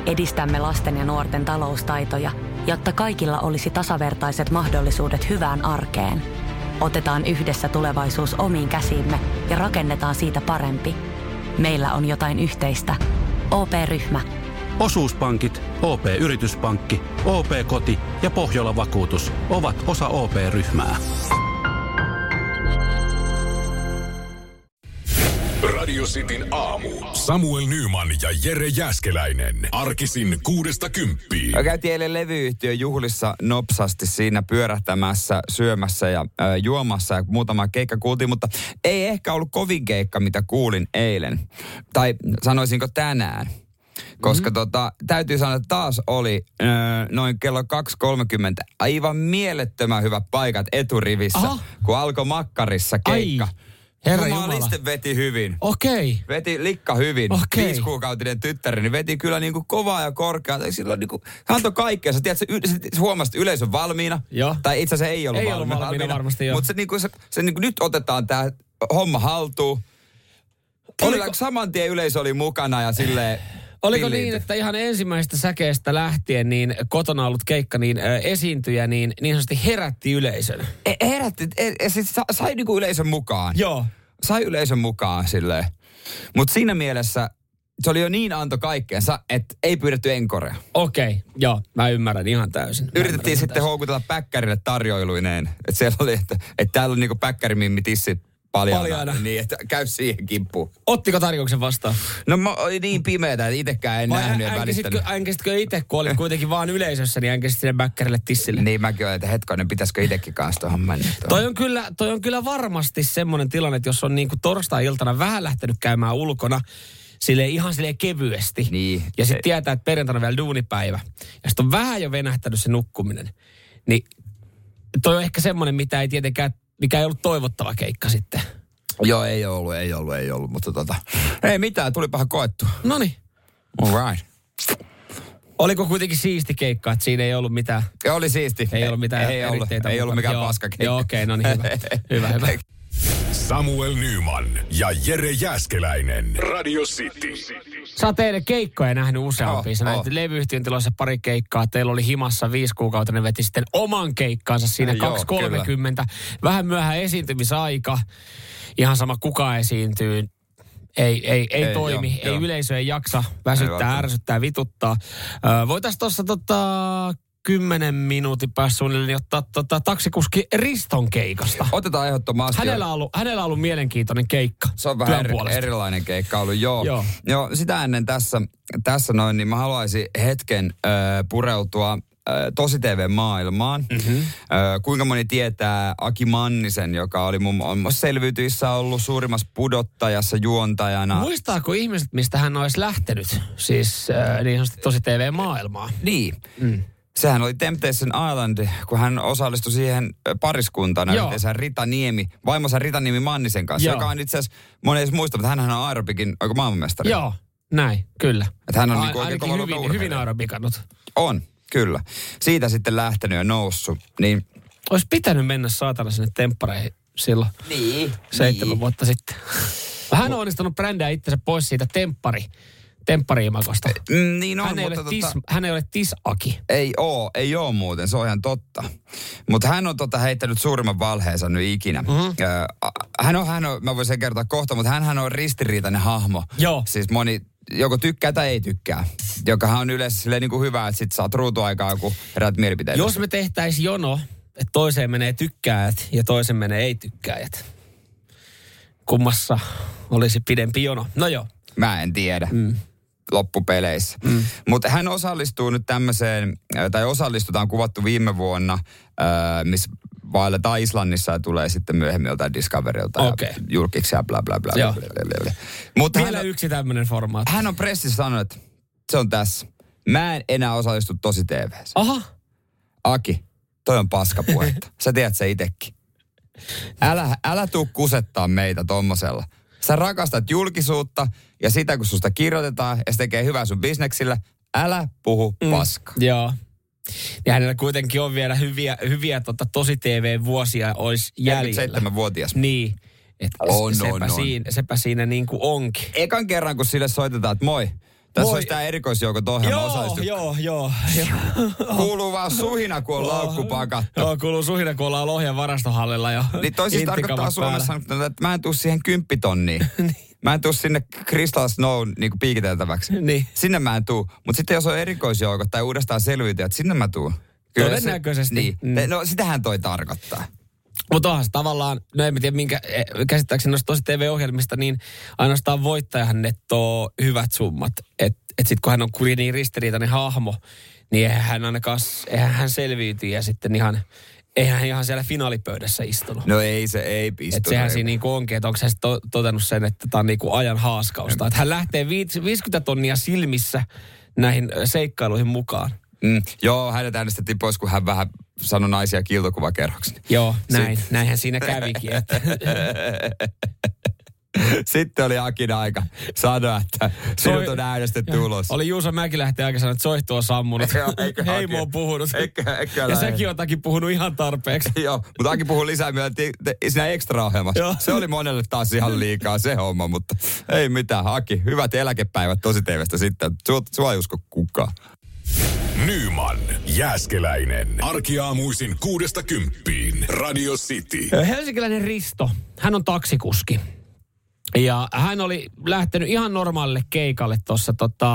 edistämme lasten ja nuorten taloustaitoja, jotta kaikilla olisi tasavertaiset mahdollisuudet hyvään arkeen. Otetaan yhdessä tulevaisuus omiin käsiimme ja rakennetaan siitä parempi. Meillä on jotain yhteistä. OP-ryhmä. Osuuspankit, OP-yrityspankki, OP-koti ja Pohjola-vakuutus ovat osa OP-ryhmää. Radio Cityn aamu. Samuel Nyman ja Jere Jääskeläinen. Arkisin 6–10. Käytiin eilen levyyhtiön juhlissa nopsasti siinä pyörähtämässä, syömässä ja juomassa ja muutama keikka kuultiin, mutta ei ehkä ollut kovin keikka, mitä kuulin eilen. Tai sanoisinko tänään. Koska täytyy sanoa, että taas oli noin kello 2.30 aivan mielettömän hyvät paikat eturivissä, kun alkoi Makkarissa keikka. Herra Jumala. Jumaliste veti hyvin. Okei. Veti likka hyvin. Okei. 5-kuukautinen tyttäri, niin veti kyllä niinku kovaa ja korkeaa. Silloin niinku, hän antoi kaikkea. Sä tiedät, sä huomasit yleisön valmiina. Joo. Tai itse asiassa ei ollut valmiina varmasti joo. Mutta se niinku, nyt otetaan tää homma haltuun. Kyllä saman tien yleisö oli mukana ja silleen... Oliko niin, että ihan ensimmäisestä säkeestä lähtien niin kotona ollut keikka, niin esiintyjä niin sanotusti herätti yleisön? Herätti, siis sai niinku yleisön mukaan. Joo. Sai yleisön mukaan silleen. Mutta siinä mielessä se oli jo niin anto kaikkeensa, että ei pyydetty enkorea. Okei, joo, mä ymmärrän ihan täysin. Yritettiin sitten houkutella päkkärille tarjoiluineen. Että siellä oli, että täällä on niinku päkkärimimmi tissit paljaana. Niin, että käy siihen kimppuun. Ottiko tarjouksen vastaan? No oli niin pimeätä, että itsekään en nähnyt ja välittänyt. Äänkäsitkö itse, kun olit kuitenkin vaan yleisössä, niin äänkäsit sinne bäkkärille tissille? Niin mäkin olen, että hetkonen, pitäisikö itsekin kanssa tuohon mennä. Toi on kyllä varmasti semmoinen tilanne, että jos on niin kuin torstai-iltana vähän lähtenyt käymään ulkona, ihan kevyesti. Niin. Ja sitten tietää, että perjantaina vielä duunipäivä. Ja sitten on vähän jo venähtänyt se nukkuminen. Niin toi on ehkä semmoinen, mitä ei tietenkään, mikä ei ollut toivottava keikka sitten. Joo, ei ollut, mutta ei mitään, tulipahan koettua. Noniin. All right. Oliko kuitenkin siisti keikka, että siinä ei ollut mitään? Oli siisti. Ei ollut mitään eritteitä. Ei ollut mikään paskakeikka. Joo, okei, no niin, hyvä. Samuel Nyman ja Jere Jääskeläinen. Radio City. Sä oot eilen keikkoja nähnyt useampia. Sä näit levyyhtiön tiloissa pari keikkaa. Teillä oli himassa 5-kuukautinen, veti sitten oman keikkaansa siinä 2.30. Vähän myöhään esiintymisaika. Ihan sama kuka esiintyy. Ei toimi. Ei yleisö ei jaksa väsyttää, ärsyttää, vituttaa. Voitaisiin tuossa 10 minuutin päässä suunnilleen ottaa taksikuski Riston keikasta. Otetaan ehdottomasti. Hänellä on ollut mielenkiintoinen keikka. Se on vähän erilainen keikka ollut, joo. Sitä ennen tässä noin, niin mä haluaisin hetken pureutua Tosi TV-maailmaan. Kuinka moni tietää Aki Mannisen, joka oli muun muassa Selviytyissä ollut suurimmassa pudottajassa juontajana. Muistaako ihmiset, mistä hän olisi lähtenyt? Siis niin sanotusti Tosi TV-maailmaan. Niin. Sehän oli Temptation Island, kun hän osallistui siihen pariskuntana yhteensä vaimonsa Rita Niemi Mannisen kanssa, joka on itse asiassa, moni ei muista, mutta hänhän on aerobikin oikein maailmanmestari. Joo, näin, kyllä. Että hän on niin oikein kova hyvin aerobikannut. On, kyllä. Siitä sitten lähtenyt ja noussut. Niin. Olisi pitänyt mennä saatana sinne temppareihin silloin 7 vuotta sitten. Hän on onnistunut brändää itsensä pois siitä temppari-imakosta. Niin on, hän ei ole tisaki. Ei oo muuten, se on ihan totta. Mutta hän on heittänyt suurimman valheensa nyt ikinä. Hän on, mä voin sen kertoa kohta, mutta hänhän on ristiriitainen hahmo. Joo. Siis moni joko tykkää tai ei tykkää. Jokahan on yleensä silleen niin kuin hyvä, että sit saat ruutuaikaa, kun herät mielipiteitä. Jos me tehtäisiin jono, että toiseen menee tykkääjät ja toisen menee ei tykkääjät. Kummassa olisi pidempi jono? No joo. Mä en tiedä. Loppupeleissä. Mutta hän osallistuu nyt tämmöiseen, tai osallistutaan kuvattu viime vuonna, missä vaelletaan Islannissa ja tulee sitten myöhemmin joltain Discoverilta ja julkiksi ja bla bla bla. Mutta vielä yksi tämmöinen formaatti. Hän on pressissä sanonut, että se on tässä. Mä en enää osallistu Tosi TV:ssä. Aha. Aki, toi on paskapuhetta. Sä tiedät se itekin. Älä tuu kusettaa meitä tommosella. Sä rakastat julkisuutta ja sitä, kun susta kirjoitetaan ja se tekee hyvää sun bisneksillä, älä puhu paskaa. Joo. Ja hänellä kuitenkin on vielä hyviä Tosi TV-vuosia olisi jäljellä. 47-vuotias. Niin. Sepä siinä niin kuin onkin. Ekan kerran, kun sille soitetaan, että moi, Tässä olisi tämä erikoisjoukot ohjelma osallistu. Joo. Kuuluu vaan suhina, kun on laukku pakattu. Joo, kuuluu suhina, kun ollaan Lohjan varastohallilla jo. Niin toisista tarkoittaa Suomessa, että mä en tuu siihen 10 tonniin. Mä en tuu sinne Crystal Snow niinku piikiteltäväksi. Niin. Sinne mä en tuu. Mutta sitten jos on erikoisjoukot tai uudestaan selviytyjät, sinne mä tuun. Todennäköisesti. Niin. No sitähän toi tarkoittaa. Mutta onhan se tavallaan, no en tiedä minkä, käsittääkseni noista tosi TV-ohjelmista, niin ainoastaan voittajahan nettoo hyvät summat. Että sitten kun hän on niin ristiriitainen hahmo, niin eihän hän selviyty ja sitten eihän hän ihan siellä finaalipöydässä istunut. No ei istunut. Että sehän siinä niinku onkin, että onko se totennut sen, että tämä on niinku ajan haaskausta. Että hän lähtee 50 tonnia silmissä näihin seikkailuihin mukaan. Joo, hänet äänestettiin pois, kun hän vähän sanoi naisia kiiltokuvakerhoksi. Joo, näinhän siinä kävikin. Sitten oli Akin aika sanoa, että sinut on äänestetty ulos. Oli Juuso Mäkilähti aika sanoa, että soihtu on sammunut. Heimo on puhunut. Ja säkin on takia puhunut ihan tarpeeksi. Joo, mutta Aki puhui lisää myös siinä extra-ohjelmassa. Se oli monelle taas ihan liikaa se homma, mutta ei mitään. Aki, hyvät eläkepäivät tosi TV:stä sitten. Sua ei usko kukaan. Nyman, Jääskeläinen. Arkiaamuisin 6–10. Radio City. Helsinkiläinen Risto, hän on taksikuski. Ja hän oli lähtenyt ihan normaalille keikalle tuossa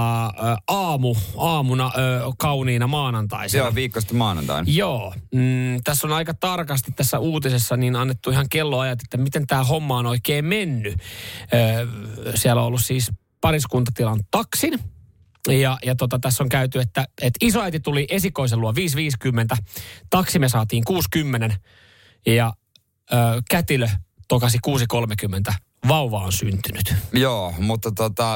aamuna kauniina maanantaisena. Joo, viikkoista maanantaina. Joo. Tässä on aika tarkasti tässä uutisessa niin annettu ihan kelloajat, että miten tämä homma on oikein mennyt. Siellä on ollut siis pariskunta taksin. Ja tässä on käyty, että isoäiti tuli esikoisen luo 5.50, taksi me saatiin 6.10 ja kätilö tokasi 6.30. Vauva on syntynyt. Joo, mutta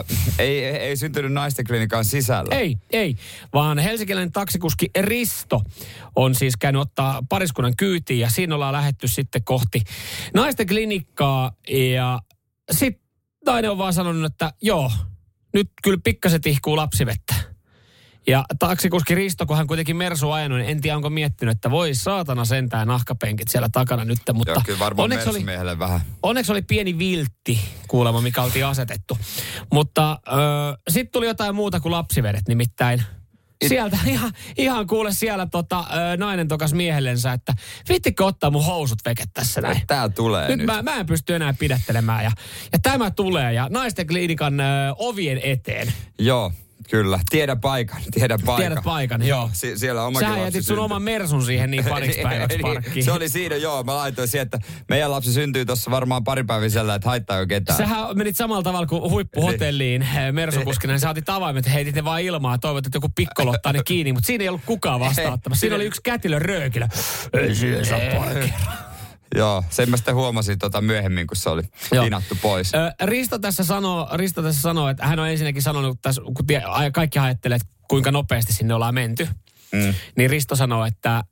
ei syntynyt naisten klinikan sisällä. Ei, vaan helsinkiläinen taksikuski Risto on siis käynyt ottaa pariskunnan kyytiin ja siinä ollaan lähdetty sitten kohti naisten klinikkaa ja sitten nainen on vaan sanonut, että joo, nyt kyllä pikkasen tihkuu lapsivettä. Ja taksikuski Risto, kun hän kuitenkin Mersu ajanut, niin en tiedä onko miettinyt, että voi saatana sentään nahkapenkit siellä takana nyt. Mutta joo, kyllä varmaan Mersumiehelle vähän. Onneksi oli pieni viltti kuulemma, mikä oltiin asetettu. Mutta sitten tuli jotain muuta kuin lapsivedet, nimittäin sieltä ihan kuule siellä nainen tokas miehellensä, että viittikö ottaa mun housut veke tässä näin. Tää tulee nyt. Mä en pysty enää pidättelemään ja tämä tulee ja naisten klinikan ovien eteen. Joo. Kyllä, tiedä paikan. Tiedät paikan, joo. Siellä on omakin lapsi. Sä jätit sun oman Mersun siihen niin pariksi päiväksi parkkiin. Se oli siinä, joo. Mä laitoin siihen, että meidän lapsi syntyy tuossa varmaan pari päiväisellä, että haittaako ketään. Sähän menit samalla tavalla kuin huippuhotelliin Mersukuskina, niin sä otit avaimet, heitit ne vaan ilmaa, toivot, että joku pikkolo ottaa ne kiinni, mutta siinä ei ollut kukaan vastaattamassa. Siinä oli yksi kätilön röökilö. Ei siihen saa paikkaa. Joo, sen mä sitten huomasin myöhemmin, kun se oli tinattu pois. Risto tässä sanoo, että hän on ensinnäkin sanonut, tässä, kun kaikki ajattelee, että kuinka nopeasti sinne ollaan menty. Niin Risto sanoo, että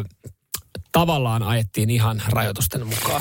tavallaan ajettiin ihan rajoitusten mukaan.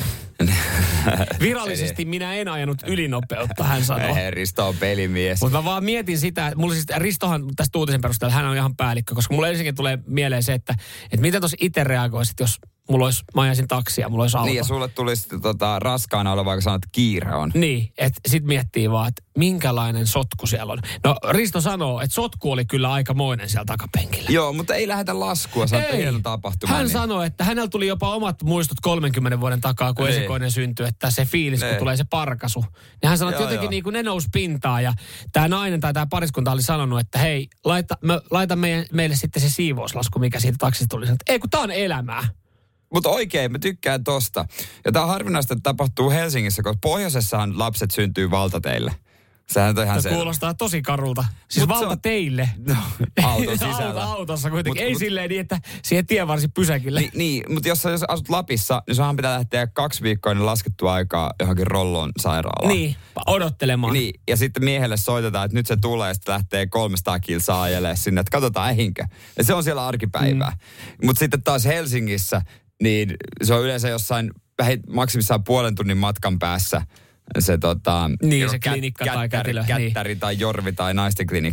Virallisesti minä en ajanut ylinopeutta, hän sanoo. Risto on pelimies. Mutta mä vaan mietin sitä, että mulla siis Ristohan tästä uutisen perusteella, hän on ihan päällikkö, koska mulla ensinnäkin tulee mieleen se, että miten tuossa itse reagoisit, jos mä ajaisin taksia, mulla olisi auto. Niin, ja sulle tuli sitten raskaana oleva, vaikka sanot, että kiire on. Niin, että sit miettii vaan, että minkälainen sotku siellä on. No, Risto sanoo, että sotku oli kyllä aikamoinen siellä takapenkillä. Joo, mutta ei lähetä laskua, se on pienen tapahtuma. Hän sanoi, että hänellä tuli jopa omat muistot 30 vuoden takaa, kun esikoinen syntyi, että se fiilis, kun tulee se parkasu. Ja hän sanoi, että jotenkin niin kuin ne nousi pintaan, ja tämä nainen tai tämä pariskunta oli sanonut, että hei, laita meille sitten se siivouslasku, mikä siitä taksista tuli. Että ei, kun tää on elämää. Mutta oikein, mä tykkään tosta. Ja tää on harvinaista, että tapahtuu Helsingissä, koska pohjoisessahan lapset syntyy valtateille. Sehän on ihan se. Kuulostaa tosi karulta. Siis valtateille. No, auton sisällä. Autossa kuitenkin. Ei silleen niin, että siihen tienvarsi pysäkille. Niin, mutta jos asut Lapissa, niin sunhan pitää lähteä 2 viikkoa ennen laskettua aikaa johonkin Rollon sairaalaan. Niin, odottelemaan. Niin, ja sitten miehelle soitetaan, että nyt se tulee, ja sitten lähtee 300 kilsaa ajelemaan sinne, että katsotaan ehinkö. Ja se on siellä arkipäivää. Mutta sitten taas Helsingissä, niin se on yleensä jossain maksimissaan 0,5 tunnin matkan päässä se niin se klinikka tai kätilö. Kättäri tai Jorvi tai naisten klinikka.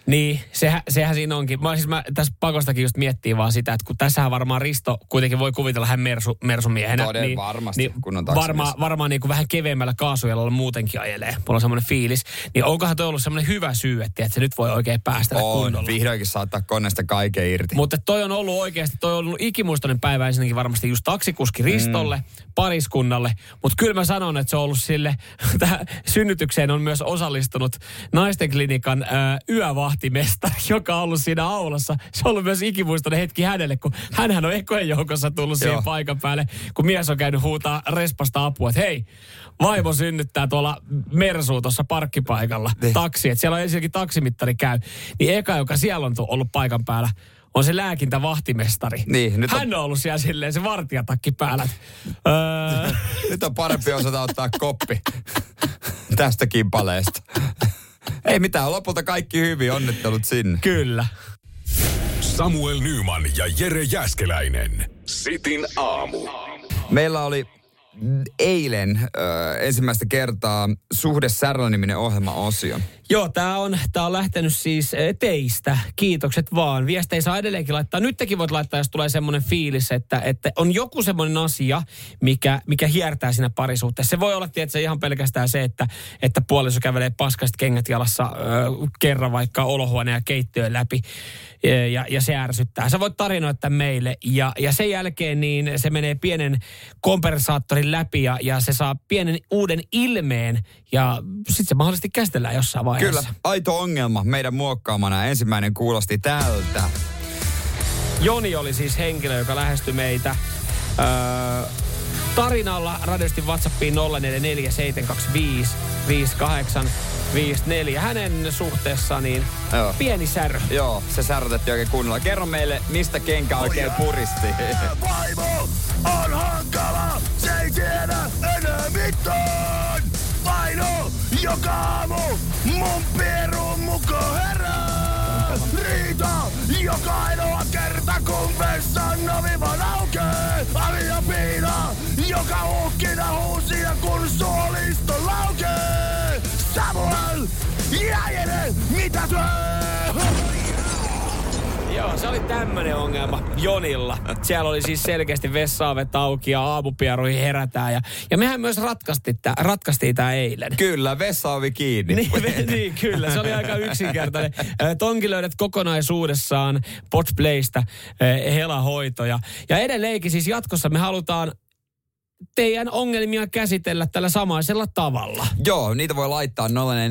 Niin, sehän siinä onkin. Mä tässä pakostakin just miettii vaan sitä, että kun tässähän varmaan Risto kuitenkin voi kuvitella hän mersumiehenä. Toden varmasti, kun on taksimies. Varmaan niin kuin vähän keveämmällä kaasujalalla muutenkin ajelee. Mulla on semmoinen fiilis. Niin onkohan toi ollut semmoinen hyvä syy, että se nyt voi oikein päästä kunnolla. Vihdoinkin saattaa koneesta kaiken irti. Mutta toi on ollut oikeasti, toi on ollut ikimuistoinen päivä ensinnäkin varmasti just taksikuski Ristolle, pariskunnalle. Mutta kyllä mä sanon, että se on ollut sille, tähän synnytykseen on myös osallistunut naisten klinikan yövahtimestari, joka on ollut siinä aulassa. Se on ollut myös ikimuistoinen hetki hänelle, kun hänhän on ekojen joukossa tullut siihen paikan päälle, kun mies on käynyt huutaa respasta apua, että hei, vaimo synnyttää tuolla Mersuun tuossa parkkipaikalla taksi, että siellä on ensinnäkin taksimittari käy. Niin eka, joka siellä on ollut paikan päällä, on se lääkintävahtimestari. Niin, nyt hän on ollut siellä silleen se vartijatakki päällä. Nyt on parempi osata ottaa koppi tästä kimpaleesta. Ei mitään, lopulta kaikki hyvin, onnittelut sinne. Kyllä. Samuel Nyman ja Jere Jääskeläinen. Sitin aamu. Meillä oli eilen ensimmäistä kertaa Suhde Särlä-niminen ohjelma-osio. Joo, tää on lähtenyt siis teistä. Kiitokset vaan. Viestejä saa edelleenkin laittaa. Nyt tekin voit laittaa, jos tulee semmoinen fiilis, että on joku semmoinen asia, mikä hiertää siinä parisuhteessa. Se voi olla tietysti ihan pelkästään se, että puoliso kävelee paskaiset kengät jalassa kerran vaikka olohuoneen ja keittiön läpi. Ja se ärsyttää. Sä voit tarinoittaa meille ja sen jälkeen niin se menee pienen kompensaattorin läpi ja se saa pienen uuden ilmeen ja sitten se mahdollisesti käsitellään jossain vaiheessa. Kyllä, aito ongelma meidän muokkaamana. Ensimmäinen kuulosti tältä. Joni oli siis henkilö, joka lähestyi meitä tarinalla radiosti WhatsAppiin 0447255854. Hänen suhteessaan niin pieni särö. Joo, se särötettiin oikein kunnolla. Kerro meille, mistä kenkä oikein puristi. Vaimo on hankala, se ei tiedä enää mitään. Paino joka aamu, mun pierun mukaan herää. Riita joka ainoa kerta, kun vessan ovi vaan aukee. Ali ja piina, joka uhkina huusia, kun suolisto laukee. Samuel ja Jere, mitä työ? Joo, se oli tämmönen ongelma Jonilla. Siellä oli siis selkeästi vessaavet auki ja aamupieruihin herätään. Ja mehän myös ratkaistiin tää eilen. Kyllä, vessaovi kiinni. niin, kyllä. Se oli aika yksinkertainen. Tonkin löydät kokonaisuudessaan Podplaysta helahoitoja. Ja edelleenkin siis jatkossa me halutaan teidän ongelmia käsitellä tällä samaisella tavalla. Joo, niitä voi laittaa 047255854,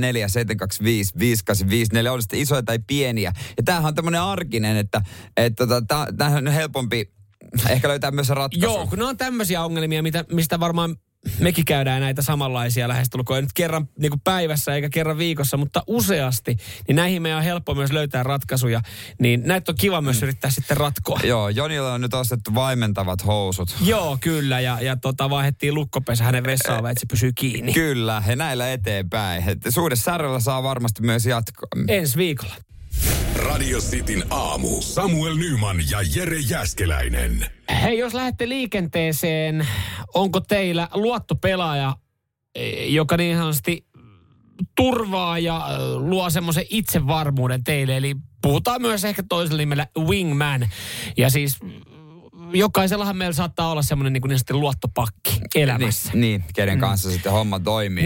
on sitten isoja tai pieniä. Ja tämähän on tämmöinen arkinen, että tämähän on helpompi ehkä löytää myös ratkaisu. Joo, kun ne on tämmöisiä ongelmia, mistä varmaan mekin käydään näitä samanlaisia lähestulkoja. Nyt kerran niin kuin päivässä eikä kerran viikossa, mutta useasti. Niin näihin meidän on helppo myös löytää ratkaisuja. Niin näitä on kiva myös yrittää sitten ratkoa. Joo, Jonilla on nyt ostettu vaimentavat housut. Joo, kyllä. Ja vaihdettiin lukkopesä hänen vessaavaan, että se pysyy kiinni. Kyllä, ja näillä eteenpäin. Suhde Säröllä saa varmasti myös jatkoa. Ensi viikolla. Radio Cityn aamu. Samuel Nyman ja Jere Jääskeläinen. Hei, jos lähdette liikenteeseen, onko teillä luottopelaaja, joka niin sanotusti turvaa ja luo semmoisen itsevarmuuden teille? Eli puhutaan myös ehkä toisella nimellä wingman. Ja siis jokaisellahan meillä saattaa olla semmoinen niin sitten luottopakki elämässä. Niin, kenen kanssa sitten homma toimii. 0447255854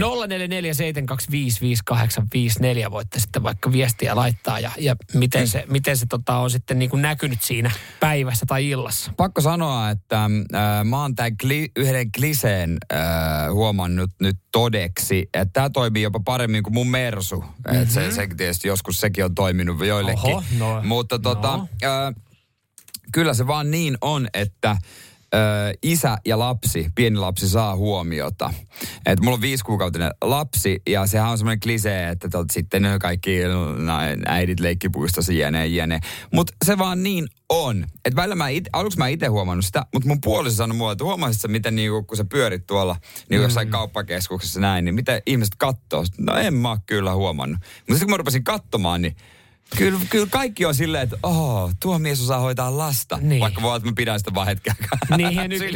voitte sitten vaikka viestiä laittaa ja miten se on sitten niin kuin näkynyt siinä päivässä tai illassa. Pakko sanoa, että mä oon tämän yhden kliseen huomannut nyt todeksi, että tämä toimii jopa paremmin kuin mun Mersu. Että se tietysti joskus sekin on toiminut joillekin. Oho, mutta kyllä se vaan niin on, että isä ja lapsi, pieni lapsi saa huomiota. Et mulla on 5-kuukautinen lapsi ja sehän on semmoinen klisee, että sitten kaikki äidit leikkipuistossa jne. Mutta se vaan niin on. Että välillä aluksi mä itse huomannut sitä, mutta mun puoliso sanoi mulle, että huomasit sä, miten niinku, kun sä pyörit tuolla jossain kauppakeskuksessa näin, niin miten ihmiset kattoo. No en mä kyllä huomannut. Mutta sitten kun mä rupesin katsomaan, niin Kyllä kaikki on silleen, että tuo mies osaa hoitaa lasta. Niin. Vaikka voi, että mä pidän sitä vaan hetken niin,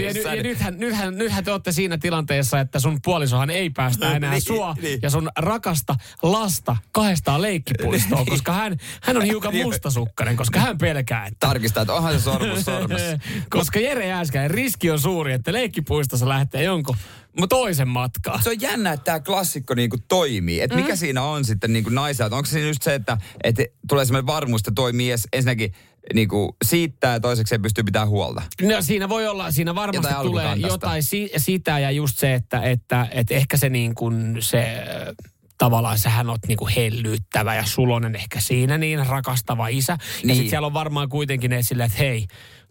ja nythän te olette siinä tilanteessa, että sun puolisohan ei päästä enää sua ja sun rakasta lasta 200 leikkipuistoon, koska hän on hiukan mustasukkainen, koska hän pelkää, että... Tarkistaa, että onhan se sormessa. Koska Jere Jääskeläinen, riski on suuri, että leikkipuistossa lähtee jonkun toisen matkaan. Se on jännä, että tämä klassikko niinku toimii. Että mikä siinä on sitten niinku naisella? Onko siinä just se, että tulee semmoinen varmuus, että toi mies ensinnäkin niinku siittää ja toiseksi ei pysty pitämään huolta? No siinä voi olla, siinä varmasti tulee jotain sitä ja just se, että ehkä se niin kuin se... Tavallaan sähän oot niinku hellyyttävä ja sulonen ehkä siinä niin rakastava isä. Niin. Ja sitten siellä on varmaan kuitenkin esille, että hei,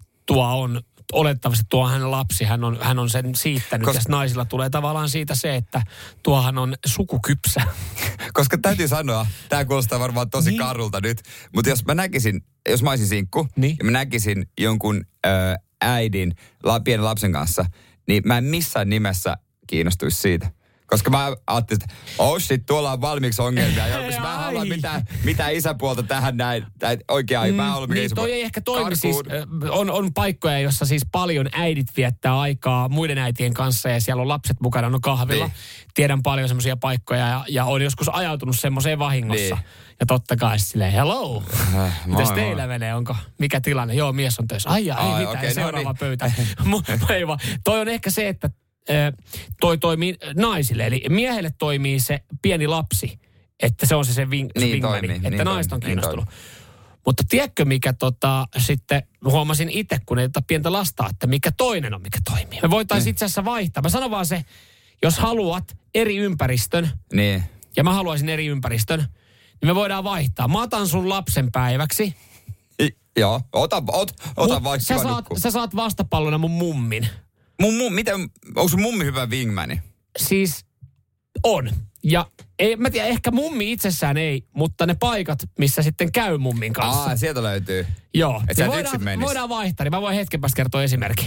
olettavasti tuo hänen lapsi, hän on sen siittänyt. Ja naisilla tulee tavallaan siitä se, että tuohan on sukukypsä. Koska täytyy sanoa, tämä kuulostaa varmaan tosi karulta nyt, mutta jos mä olisin sinkku, ja mä näkisin jonkun äidin pienen lapsen kanssa, niin mä en missään nimessä kiinnostuisi siitä. Koska mä ajattelin, että tuolla on valmiiksi ongelmia. Jos mä haluan mitään isäpuolta tähän näin, oikein mä haluan mikä isäpuolta. Toi ei ehkä toimi siis, on paikkoja, jossa siis paljon äidit viettää aikaa muiden äitien kanssa ja siellä on lapset mukana, on kahvilla. Niin. Tiedän paljon semmoisia paikkoja ja on joskus ajautunut semmoiseen vahingossa. Niin. Ja totta kai silleen, hello. Mitäs teillä menee? Mikä tilanne? Joo, mies on töissä. Ei mitään, seuraava pöytä. Ei vaan. Toi on ehkä se, että toi toimii naisille, eli miehelle toimii se pieni lapsi, että se on se wingmani, että naista on kiinnostunut. Mutta tiedätkö mikä sitten huomasin itse, kun ei ottaa pientä lasta, että mikä toinen on, mikä toimii. Me voitaisiin itse asiassa vaihtaa. Mä sanon vaan se, jos haluat eri ympäristön, ja mä haluaisin eri ympäristön, niin me voidaan vaihtaa. Mä otan sun lapsen päiväksi. Joo, ota vaikka. Sä saat vastapallona mun mummin. Onko sun mummi hyvä wingmani? Siis on. Ja mä tiedän, ehkä mummi itsessään ei, mutta ne paikat, missä sitten käy mummin kanssa. Sieltä löytyy. Joo. Voidaan vaihtaa, niin mä voin hetken päästä kertoa esimerkki.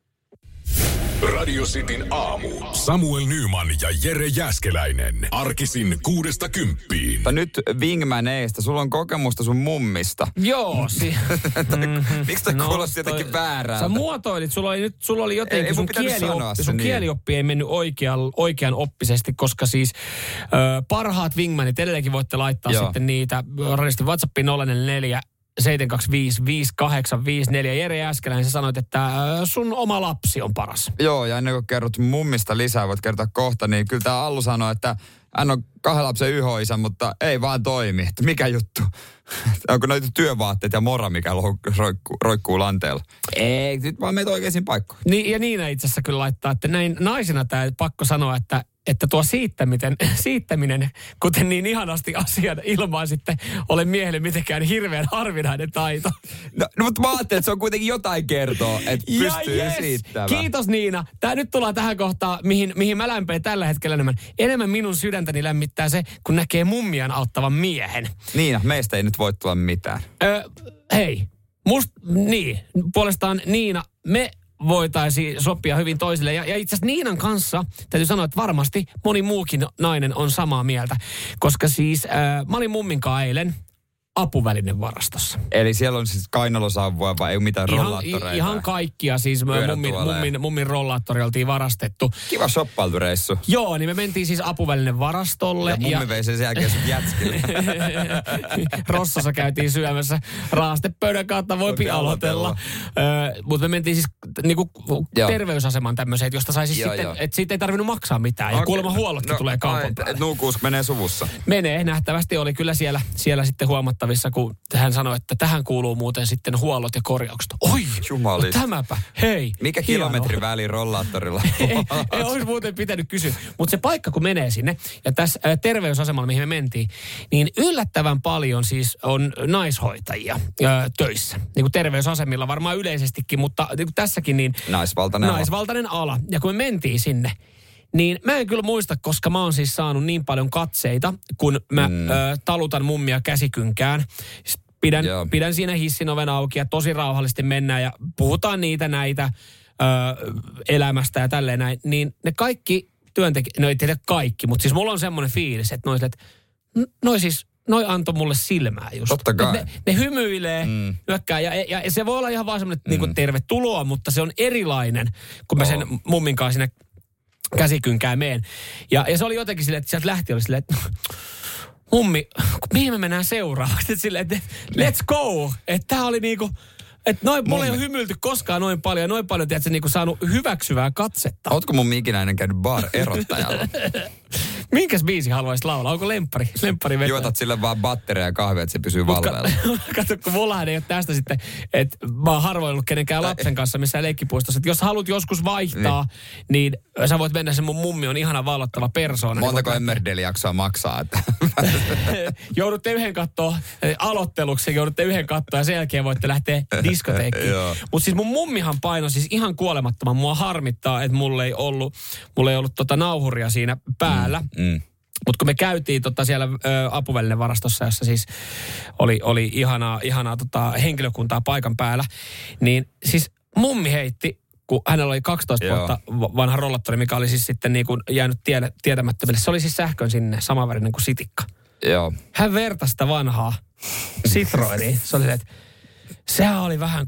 Radio Cityn aamu. Samuel Nyman ja Jere Jääskeläinen. Arkisin 6–10. Nyt wingmaneista. Sulla on kokemusta sun mummista. Joo. Miksi toi kuulosti jotenkin väärältä? Sä muotoilit. Sulla oli jotenkin sun kielioppi ei mennyt oikean oppisesti, koska siis parhaat wingmanit edelleenkin voitte laittaa sitten niitä. Radistin WhatsAppiin 044 725 5854. Jere Jääskeläinen, sä sanoit, että sun oma lapsi on paras. Joo, ja ennen kuin kerrot mummista lisää, voit kertoa kohta, niin kyllä tää Allu sanoi, että hän on 2 lapsen yhoisä, mutta ei vaan toimi. Että mikä juttu? Onko noita työvaatteet ja mora, mikä roikkuu lanteella? Ei, nyt vaan meitä oikeisiin paikkoihin. Niin, ja Niina itse asiassa kyllä laittaa, että näin naisena tää pakko sanoa, että tuo siittäminen, kuten niin ihanasti asian ilmaan sitten ole miehelle mitenkään hirveän harvinainen taito. No mutta mä ajattelin, että se on kuitenkin jotain kertoa, että pystyy siittämään. Kiitos Niina. Nyt tullaan tähän kohtaan, mihin mä lämpeen tällä hetkellä enemmän. Enemmän minun sydäntäni lämmittää se, kun näkee mummian auttavan miehen. Niina, meistä ei nyt voi tulla mitään. Hei, puolestaan Niina, me voitaisiin sopia hyvin toisille. Ja itse asiassa Niinan kanssa täytyy sanoa, että varmasti moni muukin nainen on samaa mieltä. Koska siis mä olin mumminkaan eilen apuvälinen-varastossa. Eli siellä on siis kainalosavua vai ei ole mitään rollaattoreita? Ihan kaikkia. Siis mummin rollaattori oltiin varastettu. Kiva shoppailtureissu. Joo, niin me mentiin siis apuvälinen-varastolle. Ja mummi vei sen jälkeen sun jätskille. Rossassa käytiin syömässä raastepöydän kautta, voipi aloitella. Mutta me mentiin siis niinku terveysaseman tämmöiseen, josta sai siis sitten, että siitä ei tarvinnut maksaa mitään. Ja kuulemma huollotkin tulee kaupan päälle. Nuukuus menee suvussa. Menee, nähtävästi oli kyllä siellä sitten huomattavissa, kun hän sanoi, että tähän kuuluu muuten sitten huollot ja korjaukset. Oi, no tämäpä, hei. Mikä kilometri väliin rollaattorilla? ei olisi muuten pitänyt kysyä. Mutta se paikka, kun menee sinne, ja tässä terveysasemalla, mihin me mentiin, niin yllättävän paljon siis on naishoitajia töissä. Niin kuin terveysasemilla varmaan yleisestikin, mutta niin kuin tässäkin niin naisvaltainen ala. Ja kun me mentiin sinne, niin mä en kyllä muista, koska mä oon siis saanut niin paljon katseita, kun mä talutan mummia käsikynkään. Pidän siinä hissin oven auki ja tosi rauhallisesti mennään ja puhutaan näitä elämästä ja tälleen näin. Niin ne kaikki työntekijät, no ei tiedä kaikki, mutta siis mulla on semmoinen fiilis, että noi siis noi antoi mulle silmää just. Totta kai. Ne hymyilee, hyökkää, ja se voi olla ihan vaan semmoinen, että niinku tervetuloa, mutta se on erilainen, kun mä sen mummin kanssa sinne käsikynkään meen. Ja se oli jotenkin silleen, että sieltä lähti oli silleen, että mummi, mihin me mennään seuraavaksi? Silleen, että let's go. Että tää oli niinku, että mulla ei ole hymyilty koskaan noin paljon, tiedätkö, niinku saanut hyväksyvää katsetta. Ootko mummi ikinä ennen käynyt bar-erottajalla? Minkäs biisi haluaisit laulaa? Onko lemppari vetää? Juotat sille vaan batteria ja kahvia, että se pysyy valveilla. Kato, kun mullahan ei ole tästä sitten, että mä oon harvoin ollut kenenkään lapsen kanssa missään leikkipuistossa. Että jos haluat joskus vaihtaa, niin sä voit mennä, se mun mummi on ihana vallottava persoona. Montako Emmerdale-jaksoa maksaa? Että joudutte yhden kattoon aloitteluksi, joudutte yhden kattoon ja sen jälkeen voitte lähteä diskoteekkiin. Mutta siis mun mummihan paino siis ihan kuolemattoman. Mua harmittaa, että mulla ei ollut nauhuria siinä päällä. Mutta kun me käytiin siellä apuvälinevarastossa, jossa siis oli ihanaa henkilökuntaa paikan päällä, niin siis mummi heitti, kun hänellä oli 12 vuotta vanha rollattori, mikä oli siis sitten niin kuin jäänyt tietämättömille. Se oli siis sähkön sinne, samanvärinen kuin sitikka. Joo. Hän vertasi sitä vanhaa Citroenia. Se oli että sehän oli vähän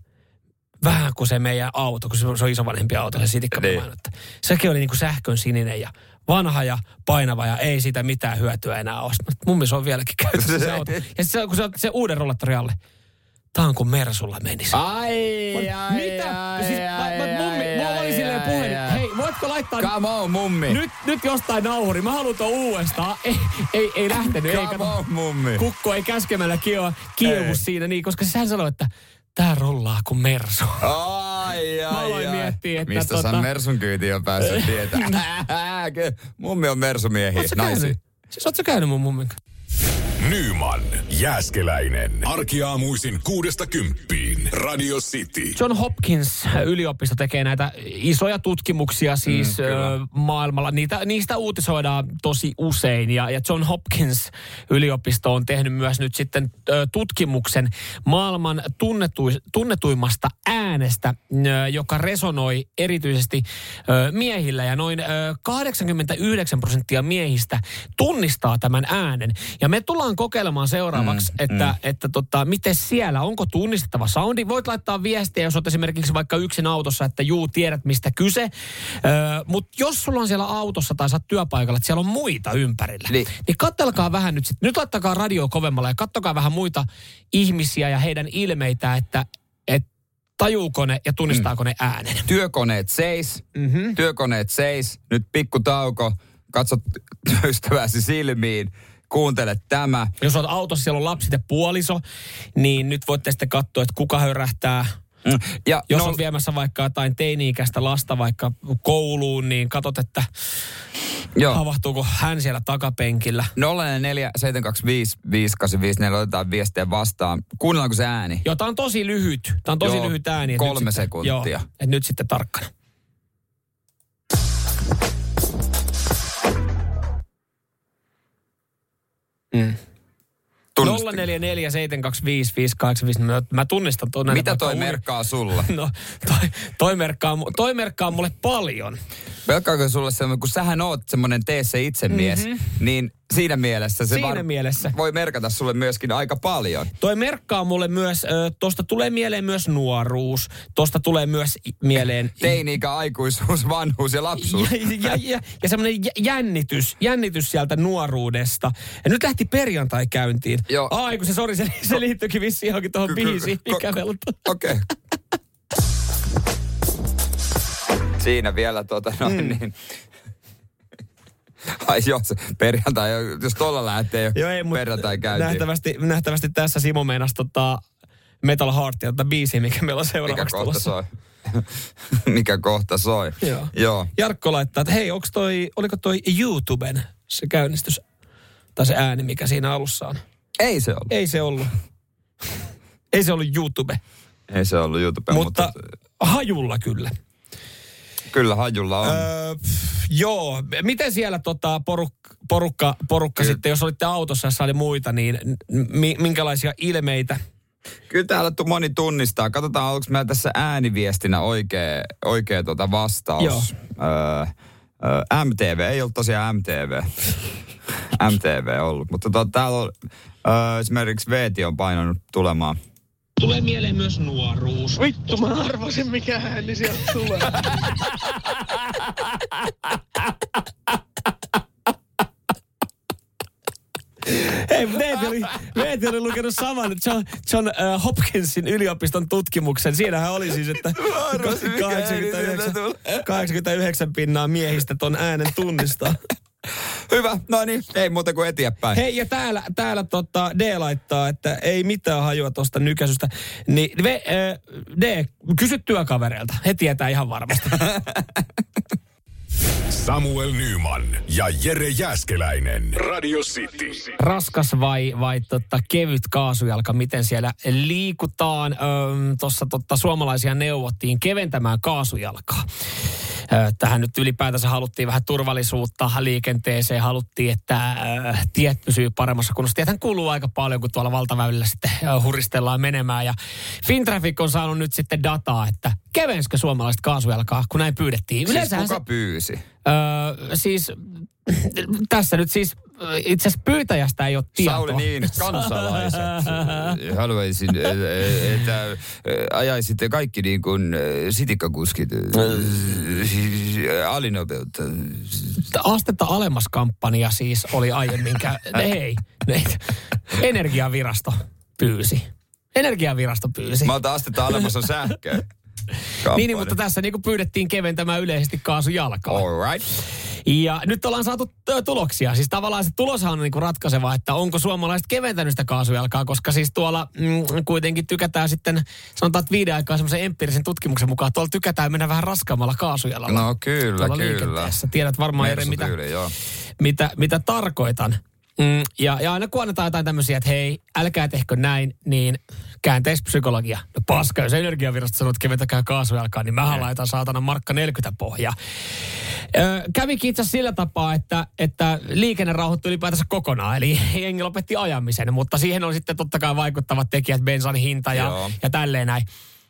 kuin se meidän auto, kun se on isovanhempi auto, se sitikka. Sekin oli niin kuin sähkön sininen ja vanha ja painava ja ei sitä mitään hyötyä enää ole. Mummi se on vieläkin käytössä se auto. Ja sitten kun se otti sen uuden rollattori alle, tää on kuin Mersulla menisi. Mitä? Mulla oli silleen puhelin. Hei, voitko laittaa... Come on, mummi. Nyt jostain nauhuri. Mä haluan ton uudestaan. Ei lähtenyt. Come on, mummi. Kukko ei käskemällä kieuvu siinä niin, koska hän sanoi, että tää rollaa kuin Mersu. Mä aloin miettiä, että mistä sä Mersun kyytiin on päässyt tietää? Mummi on Mersumiehiä, naisia. Siis ootko sä käynyt mun mummin kanssa? Nyman, Jääskeläinen. Arkiaamuisin 6–10. Radio City. John Hopkins yliopisto tekee näitä isoja tutkimuksia siis maailmalla. Niistä uutisoidaan tosi usein. Ja John Hopkins yliopisto on tehnyt myös nyt sitten tutkimuksen maailman tunnetuimmasta äänestä, joka resonoi erityisesti miehillä. Ja noin 89% miehistä tunnistaa tämän äänen. Ja me tullaan kokeilemaan seuraavaksi, että miten siellä, onko tunnistettava soundi. Voit laittaa viestiä, jos olet esimerkiksi vaikka yksin autossa, että tiedät mistä kyse. Mutta jos sulla on siellä autossa tai sä oot työpaikalla, että siellä on muita ympärillä, niin katselkaa vähän nyt sitten. Nyt laittakaa radio kovemmalla ja katsokaa vähän muita ihmisiä ja heidän ilmeitä, että tajuuko ne ja tunnistaako ne äänen. Työkoneet seis. Työkoneet seis. Nyt pikku tauko. Katsot ystäväsi silmiin. Kuuntele tämä. Jos olet autossa, siellä on lapset ja puoliso, niin nyt voitte sitten katsoa, että kuka hörähtää. Ja jos on viemässä vaikka jotain teini-ikäistä lasta vaikka kouluun, niin katsot, että havahtuuko hän siellä takapenkillä. 047255854, otetaan viestiä vastaan. Kuunnellaanko se ääni? Joo, tää on tosi lyhyt. Tää on tosi lyhyt ääni. 3 sekuntia. Joo, että nyt sitten tarkkana. Mm. 0447255854. Mä tunnistan tuon. Mitä toi merkkaa sulle? No, toi merkkaa mulle paljon. Merkkaako sulle semmoinen, kun sähän oot semmoinen tee se itse mies, niin siinä mielessä se voi merkata sulle myöskin aika paljon. Toi merkkaa mulle myös, tosta tulee mieleen myös nuoruus, tosta tulee myös mieleen... Teini-ikä, aikuisuus, vanhuus ja lapsuus. Ja semmoinen jännitys sieltä nuoruudesta. Ja nyt lähti perjantai käyntiin. Ai kun se liittyykin vissiin johonkin tuohon biisiin. Okei. Siinä vielä niin... Ai joo, se perjantai, jos tuolla lähtee perjantai käyntiin. Nähtävästi tässä Simo meinasi Metal Heartia, biisiä, mikä meillä on seuraavaksi tulossa. Mikä kohta soi. Joo. Jarkko laittaa, että hei, oliko toi YouTuben se käynnistys, tai se ääni, mikä siinä alussa on? Ei se ollut. Ei se ollut. Ei se ollut YouTube. Ei se ollut YouTube, mutta hajulla kyllä. Kyllä hajulla on. Joo. Miten siellä porukka sitten, jos olitte autossa, jossa oli muita, niin minkälaisia ilmeitä? Kyllä täällä moni tunnistaa. Katsotaan, onko meillä tässä ääniviestinä oikea vastaus. MTV, ei ollut tosiaan MTV ollut, mutta täällä on esimerkiksi Veeti on painanut tulemaan. Tulee mieleen myös nuoruus. Vittu, mä arvasin mikä ääni sieltä tulee. Hei, Veeti oli lukenut saman John Hopkinsin yliopiston tutkimuksen. Siinähän oli siis, että 89% miehistä ton äänen tunnistaa. Hyvä, no niin, ei muuta kuin eteenpäin. Hei, ja täällä D laittaa, että ei mitään hajua tosta nykäisystä. Niin D, kysy työkavereilta. He tietää ihan varmasti. Samuel Nyman ja Jere Jääskeläinen. Radio City. Raskas vai kevyt kaasujalka, miten siellä liikutaan? Tuossa suomalaisia neuvottiin keventämään kaasujalkaa. Tähän nyt ylipäätänsä haluttiin vähän turvallisuutta liikenteeseen. Haluttiin, että tiet pysyy paremmassa kunnossa. Tiethän kuuluu aika paljon, kun tuolla valtaväylillä sitten huristellaan menemään. Ja Fintraffic on saanut nyt sitten dataa, että kevensikö suomalaiset kaasujalkaa, kun näin pyydettiin. Siis kuka pyysi? Siis tässä nyt siis itse asiassa pyytäjästä ei ole tietoa. Sauli Niinistö, kansalaiset. Haluaisin, että ajaisitte kaikki niin kuin sitikkakuskit alinopeutta. Astetta alemmas -kampanja siis oli aiemmin. Energiavirasto pyysi. Mä otan astetta alemmas on sähköä. Niin, mutta tässä niin kuin pyydettiin keventämään yleisesti kaasujalkaa. All right. Ja nyt ollaan saatu tuloksia. Siis tavallaan se tuloshan on niin kuin ratkaiseva, että onko suomalaiset keventänyt sitä kaasujalkaa, koska siis tuolla kuitenkin tykätään sitten, sanotaan, että 5 aikaa semmoisen empiirisen tutkimuksen mukaan, tuolla tykätään mennä vähän raskaammalla kaasujalalla. No kyllä. Tiedät varmaan, Ere, mitä tarkoitan. Ja aina kun annetaan jotain tämmöisiä, että hei, älkää tehkö näin, niin käänteispsykologia. No paska, jos Energiavirasto sanoo, että keventäkää kaasujalkaa, niin mähän laitan saatana markka 40 pohjaa. Kävikin itse asiassa sillä tapaa, että liikenne rauhoittui ylipäätänsä kokonaan, eli jengi lopetti ajamisen, mutta siihen on sitten totta kai vaikuttavat tekijät, bensan hinta ja tälleen näin.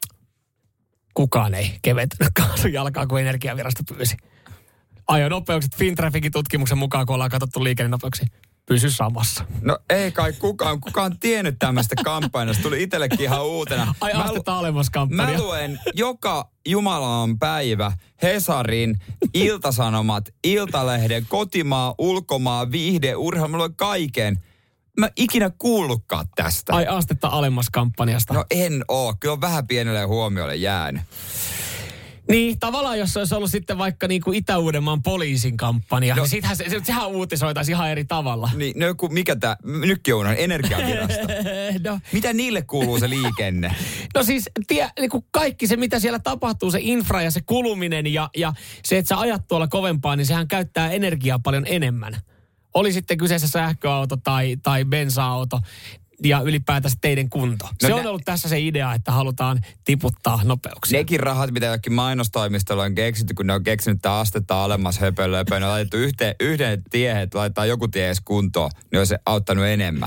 Kukaan ei keventänyt kaasujalkaa, kun Energiavirasto pyysi. Ajonopeukset Fintrafficin tutkimuksen mukaan, kun ollaan katsottu liikennenopeuksia, pysy samassa. No ei kai kukaan tiennyt tämmöistä kampanjasta. Tuli itsellekin ihan uutena. Astetta alemmas -kampanja. Mä luen joka Jumalan päivä Hesarin, Ilta-Sanomat, Iltalehden, Kotimaa, Ulkomaa, Viihde, Urheilu. Mä luen kaiken. Mä ikinä kuullutkaan tästä. Ai astetta alemmas -kampanjasta. No en oo. Kyllä on vähän pienelle huomiolle jäänyt. Niin, tavallaan jos se olisi ollut sitten vaikka niin kuin Itä-Uudenmaan poliisin kampanja, niin sehän uutisoitaisiin ihan eri tavalla. Niin, no mikä tämä Nykki-Ouna, Energiavirasto? No. Mitä niille kuuluu se liikenne? No siis, niin kuin kaikki se, mitä siellä tapahtuu, se infra ja se kuluminen ja se, että sä ajat tuolla kovempaa, niin sehän käyttää energiaa paljon enemmän. Oli sitten kyseessä sähköauto tai bensa-auto. Ja ylipäätänsä teidän kunto. Se on ollut tässä se idea, että halutaan tiputtaa nopeuksia. Nekin rahat, mitä jokin mainostoimistolla on keksitty, kun ne on keksinyt tämä astetta alemmas höpölöpöön, ne on laitettu yhden tiehen, että laitetaan joku tie edes kuntoon, niin on se auttanut enemmän.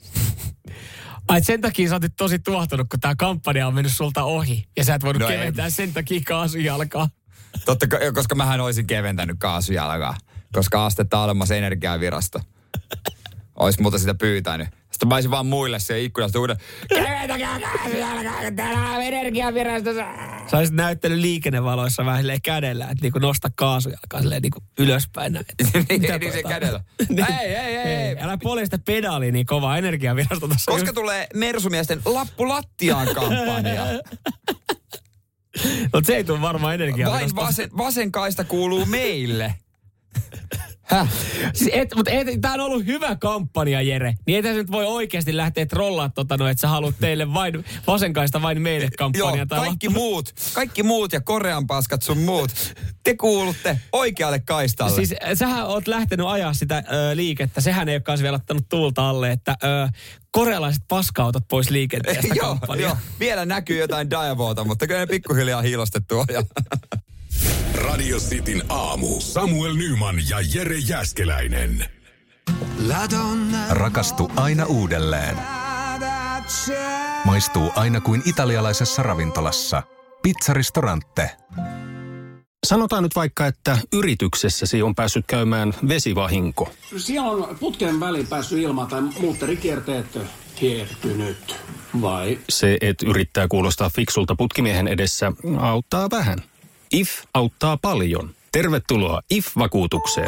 Ai sen takia sä oot tosi tuohtunut, kun tämä kampanja on mennyt sulta ohi. Ja sä et voinut keventää sen takia kaasujalkaa. Totta kai, koska mähän olisin keventänyt kaasujalkaa. Koska astetta alemmas Energiavirasto. Ois muuta sitä pyytänyt. Sitten mä olisin vaan muille siellä ikkunasta uuden. Keventäkää kaasujalkaa, täällä on Energiavirastossa. Sä olisit näyttänyt liikennevaloissa vähän silleen kädellä, että niinku nosta kaasujalkaa silleen niinku ylöspäin näin. Niin se kädellä. Ei. Älä polje sitä pedaalia niin kovaa, Energiavirasto tässä. Koska tulee Mersumiesten lappu lattiaan -kampanja. No se ei tule varmaan Energiavirasto. Vain vasen kaista kuuluu meille. Siis tämä on ollut hyvä kampanja, Jere. Niin ei tässä nyt voi oikeasti lähteä trollaa että sä haluat teille vain vasenkaista vain meille -kampanja. Joo, kaikki muut ja Korean paskat sun muut. Te kuulutte oikealle kaistalle. Siis sähän oot lähtenyt ajaa sitä liikettä. Sehän ei olekaan vielä ottanut tuulta alle, että korealaiset paska-autot pois liikenteestä -kampanja. Joo, vielä näkyy jotain Diavota, mutta kyllä ne pikkuhiljaa hiilostettu on. Radio Cityn aamu. Samuel Nyman ja Jere Jääskeläinen. Rakastu aina uudelleen. Maistuu aina kuin italialaisessa ravintolassa. Pizzaristorante. Sanotaan nyt vaikka, että yrityksessäsi on päässyt käymään vesivahinko. Siellä on putken väliin päässyt ilma tai muutterikierteet hiertynyt, vai? Se, että yrittää kuulostaa fiksulta putkimiehen edessä, auttaa vähän. IF auttaa paljon. Tervetuloa IF-vakuutukseen.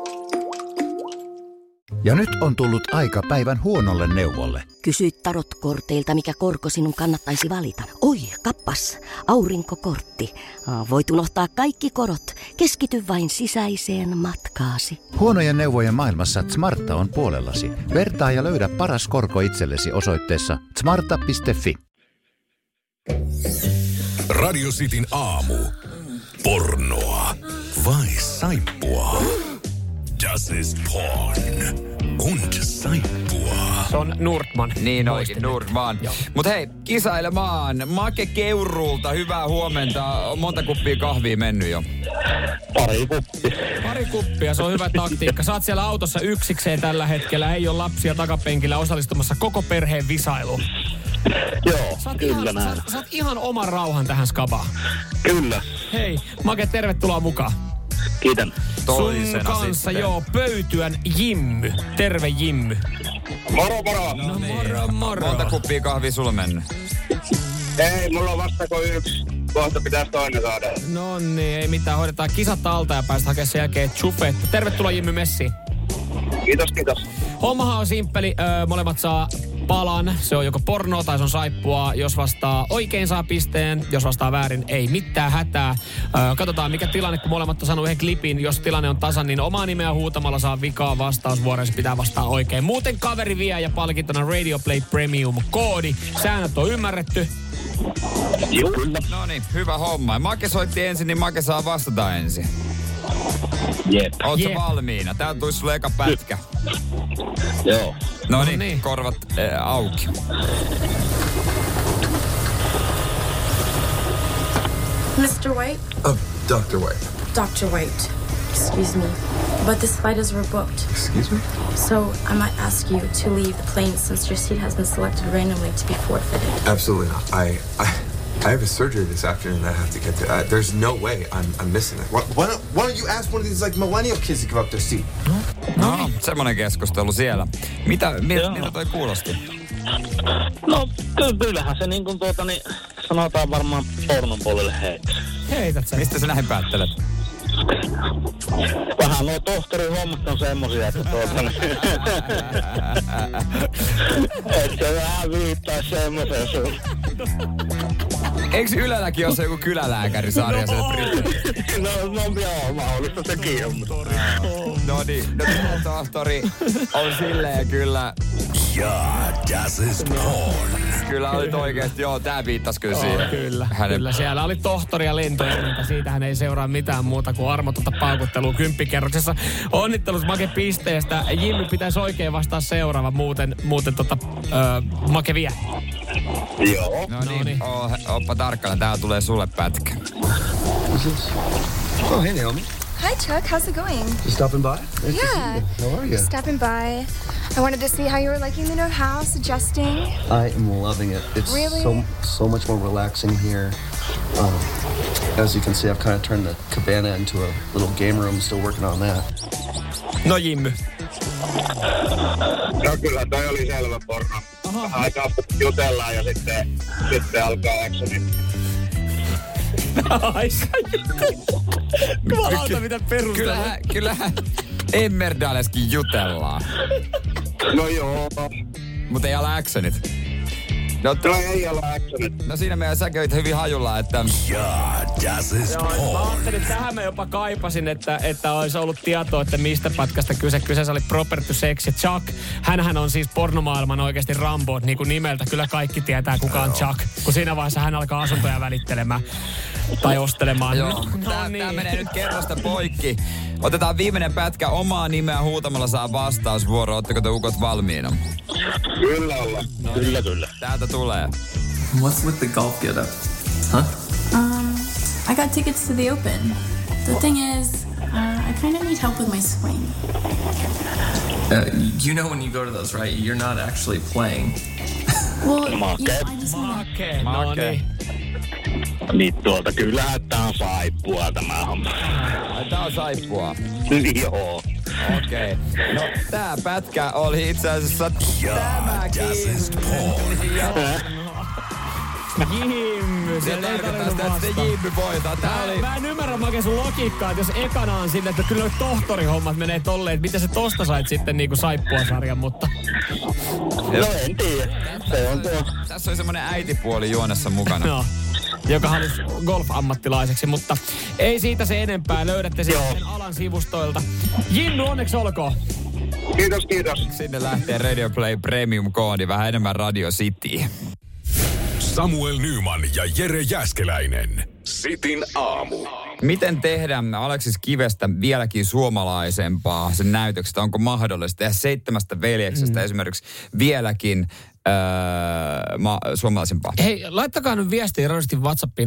Ja nyt on tullut aika päivän huonolle neuvolle. Kysy tarotkorteilta, mikä korko sinun kannattaisi valita. Oi, kappas, aurinkokortti. Voit unohtaa kaikki korot. Keskity vain sisäiseen matkaasi. Huonojen neuvojen maailmassa Smarta on puolellasi. Vertaa ja löydä paras korko itsellesi osoitteessa smarta.fi. Radio Cityn aamu. Pornoa vai saippua? Das ist porn und saippua. Se on Nordman. Niin oikein, Nordman. Mut hei, kisailemaan. Make Keurulta, hyvää huomenta. On monta kuppia kahvia mennyt jo? Pari kuppia, se on hyvä taktiikka. Sä oot siellä autossa yksikseen tällä hetkellä. Ei ole lapsia takapenkillä osallistumassa koko perheen visailuun. Joo, kyllä näin. Sä oot ihan oman rauhan tähän skabaan. Kyllä. Hei, Make, tervetuloa mukaan. Kiitän. Sun kanssa, joo, Pöytyän Jimmy. Terve Jimmy. Moro. No moro. Monta kuppia kahvia sulla mennyt? Ei, mulla on vasta kuin yksi. Kohta pitäisi toinen saada. No niin, ei mitään. Hoidetaan kisat alta ja päästä hakemaan sen jälkeen chufetta. Tervetuloa Jimmy messiin. Kiitos. Hommahan on simppeli. Molemmat saa palan. Se on joko pornoa tai se on saippua. Jos vastaa oikein, saa pisteen. Jos vastaa väärin, ei mitään hätää. Katsotaan mikä tilanne, kun molemmat on saanut yhden klipin. Jos tilanne on tasan, niin omaa nimeä huutamalla saa vikaa vastausvuoroon. Se pitää vastaa oikein. Muuten kaveri vie ja palkintona Radio Play Premium-koodi. Säännöt on ymmärretty. Joo, kyllä. No niin, hyvä homma. Make soitti ensin, niin Make saa vastata ensin. Jep. Ootko valmiina? Tää tulisi sulle eka pätkä. Joo. No niin, korvat auki. Mr. White? Dr. White. Dr. White. Excuse me. But the spiders were booked. Excuse me? So I might ask you to leave the plane since your seat has been selected randomly to be forfeited. Absolutely not. I have a surgery this afternoon that I have to get to. There's no way I'm missing it. Why don't you ask one of these like millennial kids to give up their seat? No, semmonen keskustelu siellä. Miltä toi kuulosti? No, kyllähän se niin kuin sanotaan varmaan pornon puolelle heitä. Heität sä. Mistä sä näin päättelet? Vähän nuo tohtorin hommat on semmosia, että että se vähän viittaa semmoisen sun. Eikö Ylelläkin ole se joku kylälääkärisarja? No joo, mahdollista sekin on. No niin, tohtori on silleen kyllä. Ja, das ist porn. Kyllä olit oikeesti, joo, tää viittasi kyllä siihen. Kyllä, siellä oli tohtori ja lentoelintä. Siitähän ei seuraa mitään muuta kuin armotonta paukuttelua 10-kerroksessa. Onnittelut Make pisteestä. Jimmy pitäisi oikein vastaa seuraava, muuten Make vie. Joo. No niin, oppa tarkkana, täällä tulee sulle pätkä. Oh, hey Naomi. Hi Chuck, how's it going? You stopping by? Nice Yeah. to see you. How are you? Stopping by. I wanted to see how you were liking the new house, adjusting. I am loving it. It's really? so much more relaxing here. As you can see, I've kind of turned the cabana into a little game room. Still working on that. No Jimmy. No kyllä, toi oli selvä porno. Aikaa jutellaan ja sitten alkaa actioni. Ai sä jutellaan. Mitä perusteella. Kyllähän Emmerdaleskin jutellaan. No joo. Mut ei ala actionit. No ei ala actionit. No siinä meidän sä kävit hyvin hajulla, että... Ja, das ist porn. Mä ajattelin, tähän mä jopa kaipasin, että olisi ollut tietoa, että mistä pätkästä kyse. Kyseessä oli Proper to Sex ja Chuck. Hänhän on siis pornomaailman oikeasti Rambo, niin kuin nimeltä. Kyllä kaikki tietää, kuka on Chuck. Kun siinä vaiheessa hän alkaa asuntoja välittelemään tai ostelemaan. Joo, tää menee nyt kerrosta poikki. Otetaan viimeinen pätkä, omaa nimeä huutamalla saa vastausvuoro. Ootteko te ukot valmiina? Kyllä ollaan. Kyllä. Täältä tulee. What's with the golf get-up? Huh? I got tickets to the Open. The thing is, I kind of need help with my swing. You know when you go to those, right? You're not actually playing. Well, yeah, I just want Make. Niin kyllähän tää on saippua tämä homma. Tää on saippua? Joo. Okei. No tää pätkä oli itse asiassa tämäkin. Jimmy, se tarkoittaa sitä, että Jimmy voittaa. Mä en ymmärrä Make sun logiikkaa, että jos ekana on sille, että kyllä tohtorihommat menee tolleen, että miten sä tosta sait sitten niinku saippua-sarjan, mutta... No en tiedä. Se on tuo. Tässä oli semmonen äitipuoli juonessa mukana. No, joka halusi golf-ammattilaiseksi, mutta ei siitä se enempää. Löydätte sen alan sivustoilta. Jinnu, onneksi olkoon. Kiitos. Sinne lähtee Radio Play Premium-koodi, vähän enemmän Radio City. Samuel Nyman ja Jere Jääskeläinen. Sitin aamu. Miten tehdä Aleksis Kivestä vieläkin suomalaisempaa sen näytöksestä? Onko mahdollista tehdä 7 veljeksestä esimerkiksi vieläkin suomalaisempaa? Hei, laittakaa nyt viestiä radiosti WhatsAppiin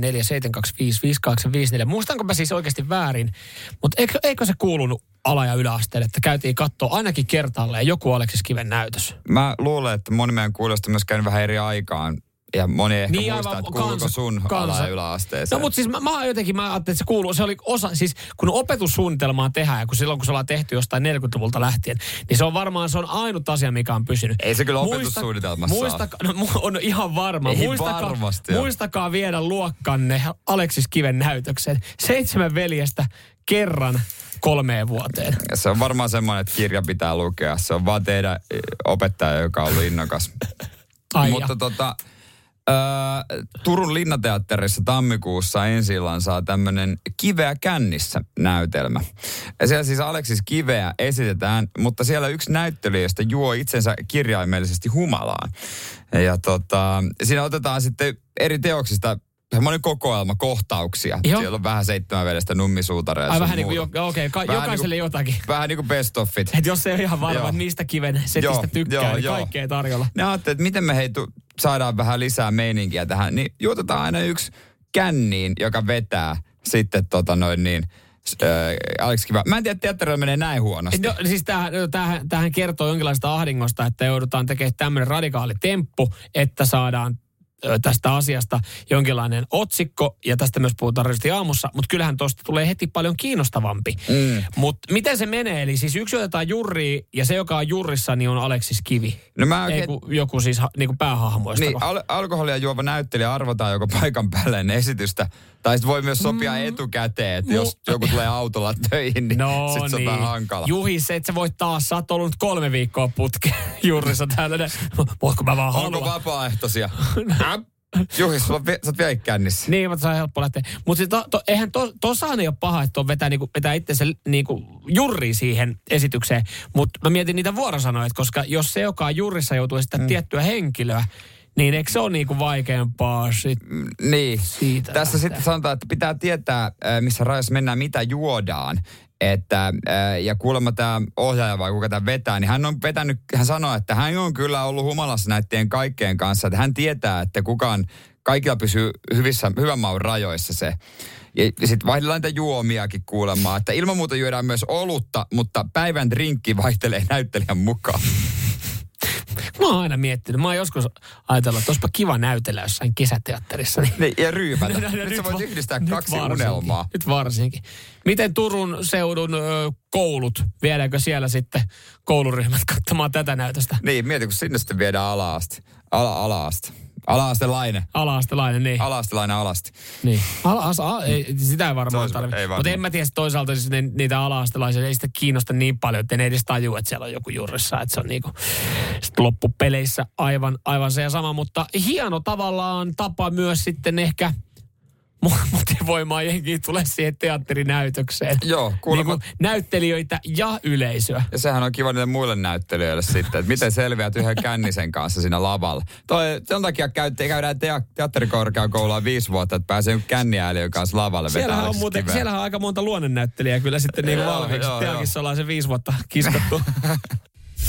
0447255854. Muistanko mä siis oikeasti väärin, mutta eikö se kuulunut ala- ja yläasteelle, että käytiin katsoa ainakin kertaalleen joku Aleksis Kiven näytös? Mä luulen, että moni meidän kuulosta myös käynyt vähän eri aikaan. Ja moni ehkä niin muistaa, että kuuluuko sun ala- ja yläasteeseen. No mutta siis mä ajattelin, että se kuuluu, se oli osa, siis kun opetussuunnitelmaa tehdään, ja kun silloin kun se ollaan tehty jostain 40-luvulta lähtien, niin se on varmaan ainut asia, mikä on pysynyt. Ei se kyllä opetussuunnitelmassa on ihan varma. Muistakaa viedä luokkanne Aleksis Kiven näytökseen. 7 veljestä kerran 3 vuoteen. Se on varmaan semmoinen, että kirja pitää lukea. Se on vaan teidän opettaja, joka on ollut innokas. Mutta Turun Linnateatterissa tammikuussa ensi-illan saa tämmöinen Kiveä kännissä -näytelmä. Ja siellä siis Aleksis Kiveä esitetään, mutta siellä yksi näyttelijöistä juo itsensä kirjaimellisesti humalaan. Ja siinä otetaan sitten eri teoksista semmoinen kokoelma kohtauksia. Joo. Siellä on vähän 7 vedestä nummisuutareja. Vähän niin kuin, jokaiselle jotakin. Vähän niin kuin best offit. Että jos ei ole ihan varma, että mistä Kiven setistä tykkää, niin kaikkea tarjolla. Ne ajattelee, että miten me saadaan vähän lisää meininkiä tähän. Niin juotetaan aina yksi känniin, joka vetää sitten Aleksis Kiveä. Mä en tiedä, että teatterilla menee näin huonosti. No, siis tämähän kertoo jonkinlaista ahdingosta, että joudutaan tekemään tämmöinen radikaali temppu, että saadaan tästä asiasta jonkinlainen otsikko, ja tästä myös puhutaan radiosti aamussa, mutta kyllähän tosta tulee heti paljon kiinnostavampi. Mutta miten se menee? Eli siis yksi otetaan jurriin, ja se, joka on jurrissa, niin on Aleksis Kivi. No joku siis niinku päähahmoista. Niin, alkoholia juova näyttelijä arvotaan joko paikan päälle ennen esitystä, tai sitten voi myös sopia etukäteen, että jos joku tulee autolla töihin, niin sitten se on vähän hankala. Juhis, et sä voi taas, sä oot ollut 3 viikkoa putkeen jurrissa täällä. Voitko mä vaan halua? Onko vapaaehtoisia? Juhis, sä oot vielä kännissä. Niin, mutta se on helppo lähteä. Mutta eihän tosaan ei ole paha, että vetää itsensä niinku jurriin siihen esitykseen. Mutta mä mietin niitä vuorosanoja, koska jos se, joka on jurrissa, joutuu esittämään tiettyä henkilöä, niin eikö se ole niinku vaikeampaa Niin. Siitä tässä sitten sanotaan, että pitää tietää, missä rajassa mennään, mitä juodaan. Ja kuulemma tämä ohjaaja vai kuka tämä vetää, niin hän sanoi, että hän on kyllä ollut humalassa näiden kaikkeen kanssa. Että hän tietää, että kaikilla pysyy hyvän maun rajoissa se. Ja sitten vaihdellaan niitä juomiakin kuulemma, että ilman muuta juodaan myös olutta, mutta päivän drinkki vaihtelee näyttelijän mukaan. Mä oon aina miettinyt. Mä oon joskus ajatellut, että olisipa kiva näytellä jossain kesäteatterissa. Niin, ja ryypätä. Nyt sä voit yhdistää 2 unelmaa. Nyt varsinkin. Miten Turun seudun koulut, viedäänkö siellä sitten kouluryhmät katsomaan tätä näytöstä? Niin, mieti, kun sinne sitten viedään ala-aste. Ala-astelainen. Ala-astelainen, niin. Ala-astelainen alasti. Niin. Sitä ei varmaan tarvitse. Mutta en mä tiedä, toisaalta siis niitä ala-astelaisia ei sitä kiinnosta niin paljon, että ne ei edes tajua, että siellä on joku jurrissa. Että se on niinku loppupeleissä aivan se ja sama. Mutta hieno tavallaan tapa myös sitten ehkä motivoimaan jengiä tulee siihen teatterinäytökseen. Joo, kuulemma. Niin näyttelijöitä ja yleisöä. Ja sehän on kiva niille muille näyttelijöille sitten, että miten selviät yhden kännisen kanssa siinä lavalla. Sen takia käydään teatterikorkeakoulua 5 vuotta, että pääsee känniääliön kanssa lavalle vetämään. Siellähän on aika monta luonnennäyttelijää kyllä sitten niin valmiiksi. Teakissa ollaan se 5 vuotta kiskattu.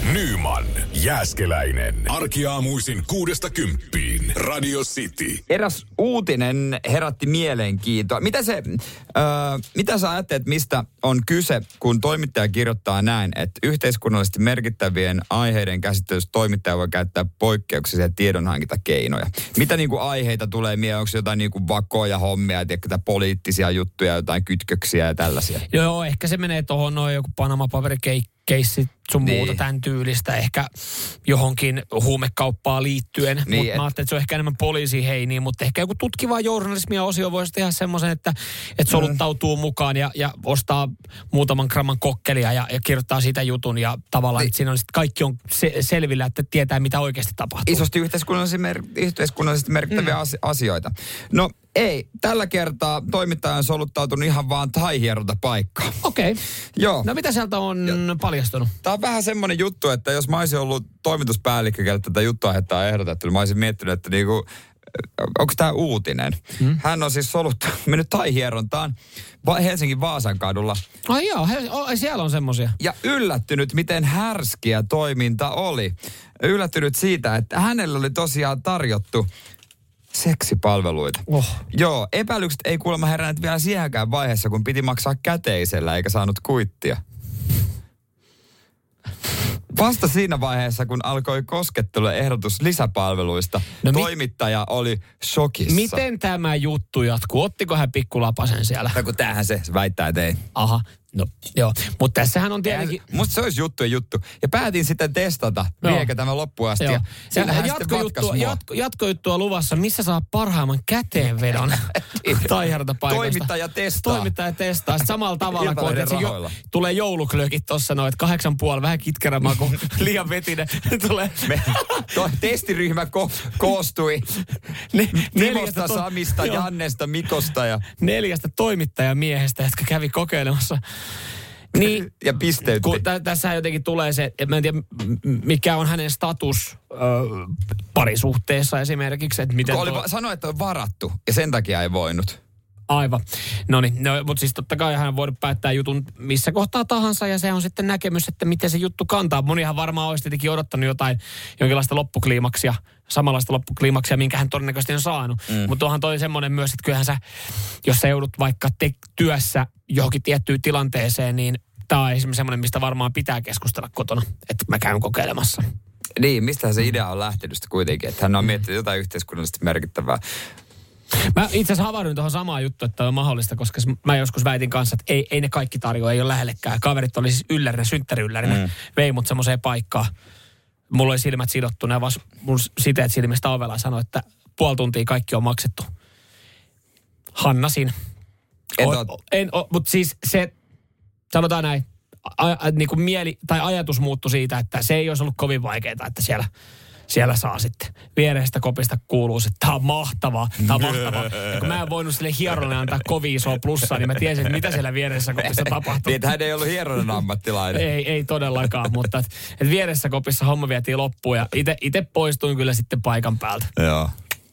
Nyman, Jääskeläinen. Arkiaamuisin 6–10. Radio City. Eräs uutinen herätti mielenkiintoa. Mitä sä ajattelet, mistä on kyse, kun toimittaja kirjoittaa näin, että yhteiskunnallisesti merkittävien aiheiden käsittelyssä toimittaja voi käyttää poikkeuksellisia tiedonhankintakeinoja? Mitä niinku aiheita tulee mieleen? Onko jotain niinku vakoja hommia, tiedätkö, poliittisia juttuja, jotain kytköksiä ja tällaisia? Joo, ehkä se menee tuohon noin joku Panama-paperikeissi sun muuta tämän tyylistä, ehkä johonkin huumekauppaan liittyen. Niin, mutta mä ajattelin, että se on ehkä enemmän poliisiheiniä, mutta ehkä joku tutkivaa journalismia osio voisi tehdä semmoisen, että soluttautuu mukaan ja ostaa muutaman gramman kokkelia ja kirjoittaa siitä jutun ja tavallaan, että siinä on kaikki on selvillä, että tietää, mitä oikeasti tapahtuu. Isosti yhteiskunnallisesti merkittäviä asioita. No ei, tällä kertaa toimittaja on soluttautunut ihan vaan thai-hieronta paikkaan. Okei. Joo. No mitä sieltä on paljastunut? Tämä on vähän semmoinen juttu, että jos mä olisin ollut toimituspäällikkö, keltä tätä juttua on ehdotettu, niin mä olisin miettinyt, että niinku, onko tämä uutinen? Hän on siis mennyt thai-hierontaan Helsingin Vaasan kadulla. Ai joo, siellä on semmoisia. Ja yllättynyt, miten härskiä toiminta oli. Yllättynyt siitä, että hänelle oli tosiaan tarjottu seksipalveluita. Joo, epäilykset ei kuulemma heränneet vielä siihenkään vaiheessa, kun piti maksaa käteisellä eikä saanut kuittia. Vasta siinä vaiheessa, kun alkoi koskettelu ehdotus lisäpalveluista, toimittaja oli shokissa. Miten tämä juttu jatkuu? Ottiko hän pikkulapasen siellä? Tai kun tämähän se väittää, että ei. Aha. No joo, mutta tässähän on tietenkin... Musta se olisi juttu. Ja päätin sitten testata, viekö tämä loppuun asti. Ja jatkojuttua luvassa, missä saa parhaimman käteenvedon thai-hierontapaikasta. Toimittaja testaa. Sitten samalla tavalla, kun tulee jouluklökit tuossa noin, että 8,5 vähän kitkerämään, kun liian vetinen tulee. Testiryhmä koostui Timosta, Samista, Jannesta, Mikosta ja 4 toimittajamiehestä, jotka kävi kokeilemassa. Niin, ja pisteytti. Tässä jotenkin tulee se, että mä en tiedä mikä on hänen status parisuhteessa esimerkiksi. Että miten sanoi, että on varattu ja sen takia ei voinut. Aivan. Mutta siis totta kai hän voi päättää jutun missä kohtaa tahansa ja se on sitten näkemys, että miten se juttu kantaa. Monihan varmaan olisi tietenkin odottanut jonkinlaista loppukliimaksia, samanlaista loppukliimaksia, minkä hän todennäköisesti on saanut. Mutta onhan toi semmoinen myös, että kyllähän sä, jos sä joudut vaikka työssä johonkin tiettyyn tilanteeseen, niin tämä on esimerkiksi semmoinen, mistä varmaan pitää keskustella kotona, että mä käyn kokeilemassa. Niin, mistä se idea on lähtenyt kuitenkin, että hän on miettinyt jotain yhteiskunnallisesti merkittävää. Mä itse asiassa havahduin tuohon samaan juttuun, että on mahdollista, koska mä joskus väitin kanssa, että ei ne kaikki tarjoa, ei ole lähellekään. Kaverit oli siis synttäriyllärinä, vei mut semmoiseen paikkaan. Mulla oli silmät sidottu, ne avasi mun siteet silmistä ovella ja sanoi, että 0,5 tuntia kaikki on maksettu. Hannasin. Mutta siis se, sanotaan näin, niin kuin mieli tai ajatus muuttui siitä, että se ei olisi ollut kovin vaikeaa, että siellä saa sitten. Viereistä kopista kuuluu, että tämä on mahtavaa. Ja kun mä en voinut sille hieronnalle antaa kovin isoa plussaa, niin mä tiesin, että mitä siellä viereessä kopissa tapahtuu. Niin, että hän ei ollut hieronnan ammattilainen. ei todellakaan, mutta että vieressä kopissa homma vietiin loppuun ja itse poistuin kyllä sitten paikan päältä. Joo.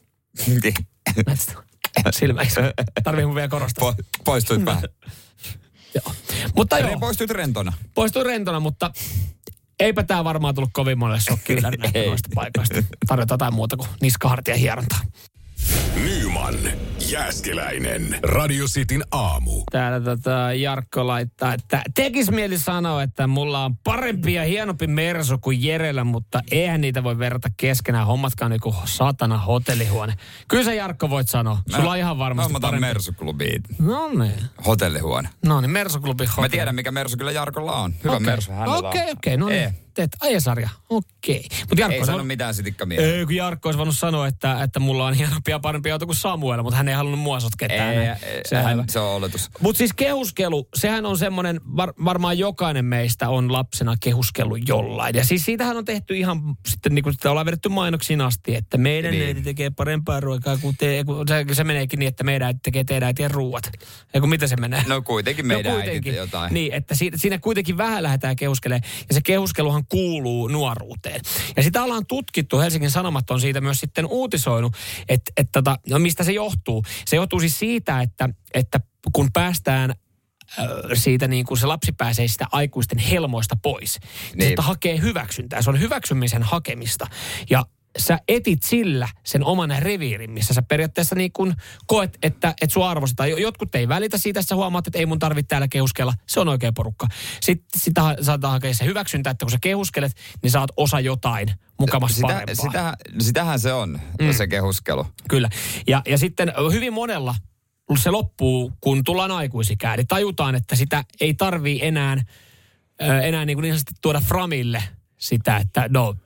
Silmäiksi. Tarvii mun vielä korostaa. Poistuit vähän. Joo. Mutta joo. Poistuit rentona. Poistuin rentona, mutta eipä tää varmaan tullut kovin monelle shokkiin noista paikoista. Tarvitaan jotain muuta kuin niskahartia hierontaa. Nyman, Jääskeläinen, Radio Cityn aamu. Täällä Jarkko laittaa, että tekis mieli sanoa, että mulla on parempi ja hienompi Mersu kuin Jerellä, mutta eihän niitä voi verrata keskenään. Hommatkaan niinku satana hotellihuone. Kyllä sä Jarkko voit sanoa. Sulla on ihan varmasti parempi. Mersu-klubiin. No niin. Hotellihuone. No niin, Mersu-klubi. Mä tiedän, mikä Mersu kyllä Jarkolla on. Hyvä Mersu hänellä on. Okei, no niin. Teet ajesarja. Okei. Mut Jarkko ei sano mitään sitikka mieleen. Ei, kun Jarkko olisi voinut sanoa, että mulla on hienompi ja parempi auto kuin Samuel, mutta hän ei halunnut mua sotkettaa. Se on oletus. Mutta siis kehuskelu, sehän on semmoinen, varmaan jokainen meistä on lapsena kehuskellut jollain. Ja siis siitähän on tehty ihan sitten, niin kuin sitä ollaan vedetty mainoksiin asti, että meidän äiti tekee parempaa ruokaa kuin se meneekin niin, että meidän äiti tekee teidän äitien ruuat. Eiku mitä se menee? No kuitenkin meidän äiti jotain. Niin, että siinä kuitenkin vähän lähdetään kehuskelemaan. Ja se kehuskeluhan kuuluu nuoruuteen. Ja sitä ollaan tutkittu, Helsingin Sanomat on siitä myös sitten uutisoinut, että mistä se johtuu. Se johtuu siis siitä, että kun päästään siitä niin kuin se lapsi pääsee sitä aikuisten helmoista pois. Niin. Että hakee hyväksyntää. Se on hyväksymisen hakemista. Ja sä etit sillä sen oman reviirin, missä sä periaatteessa niin kuin koet, että sua arvostetaan. Jotkut ei välitä siitä, että sä huomaat, että ei mun tarvitse täällä kehuskella. Se on oikea porukka. Sitten sitä saattaa hakea se hyväksyntä, että kun sä kehuskelet, niin sä oot osa jotain mukamassa parempaa. Sitähän se on, se kehuskelu. Kyllä. Ja sitten hyvin monella se loppuu, kun tullaan aikuisikään. Eli tajutaan, että sitä ei tarvii enää niin sanotusti tuoda framille sitä, että no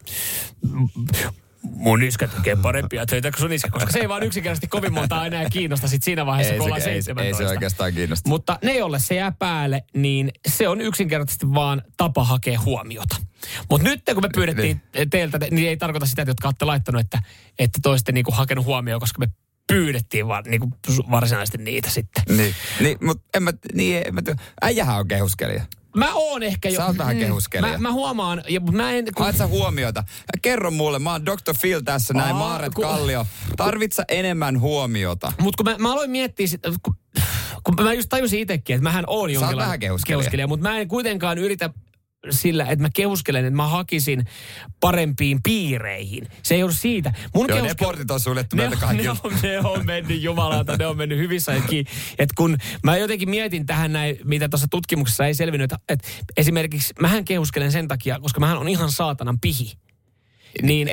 mun iskä tekee parempia töitä kuin sun iskä, koska se ei vaan yksinkertaisesti kovin montaa enää kiinnosta sit siinä vaiheessa, kun ollaan 17. Ei se oikeastaan kiinnosta. Mutta ne, jolle se jää päälle, niin se on yksinkertaisesti vaan tapa hakea huomiota. Mutta nyt kun me pyydettiin teiltä, niin ei tarkoita sitä, että jotka olette laittanut, että toiste niinku hakenut huomioon, koska me pyydettiin vaan niinku varsinaisesti niitä sitten. Niin mutta en mä äijähän on kehuskelija. Mä oon ehkä jo. Sä oot vähän kehuskelija. Mä huomaan. Mä en. Haet sä huomiota? Kerro mulle, mä oon Dr. Phil tässä näin, Maaret Kallio. Tarvitset enemmän huomiota? Mut kun mä aloin miettiä sitä, kun mä just tajusin itsekin, että mähän oon jonkinlainen kehuskelija. Mutta mä en kuitenkaan yritä sillä, että mä kehuskelen, että mä hakisin parempiin piireihin. Se ei ole siitä. Joo, ne portit on suljettu meiltä kaikilta. Ne on mennyt jumalauta, ne on mennyt hyvissä ajakin. Että kun mä jotenkin mietin tähän näin, mitä tuossa tutkimuksessa ei selvinnyt, että esimerkiksi mähän kehuskelen sen takia, koska mähän on ihan saatanan pihi. Niin,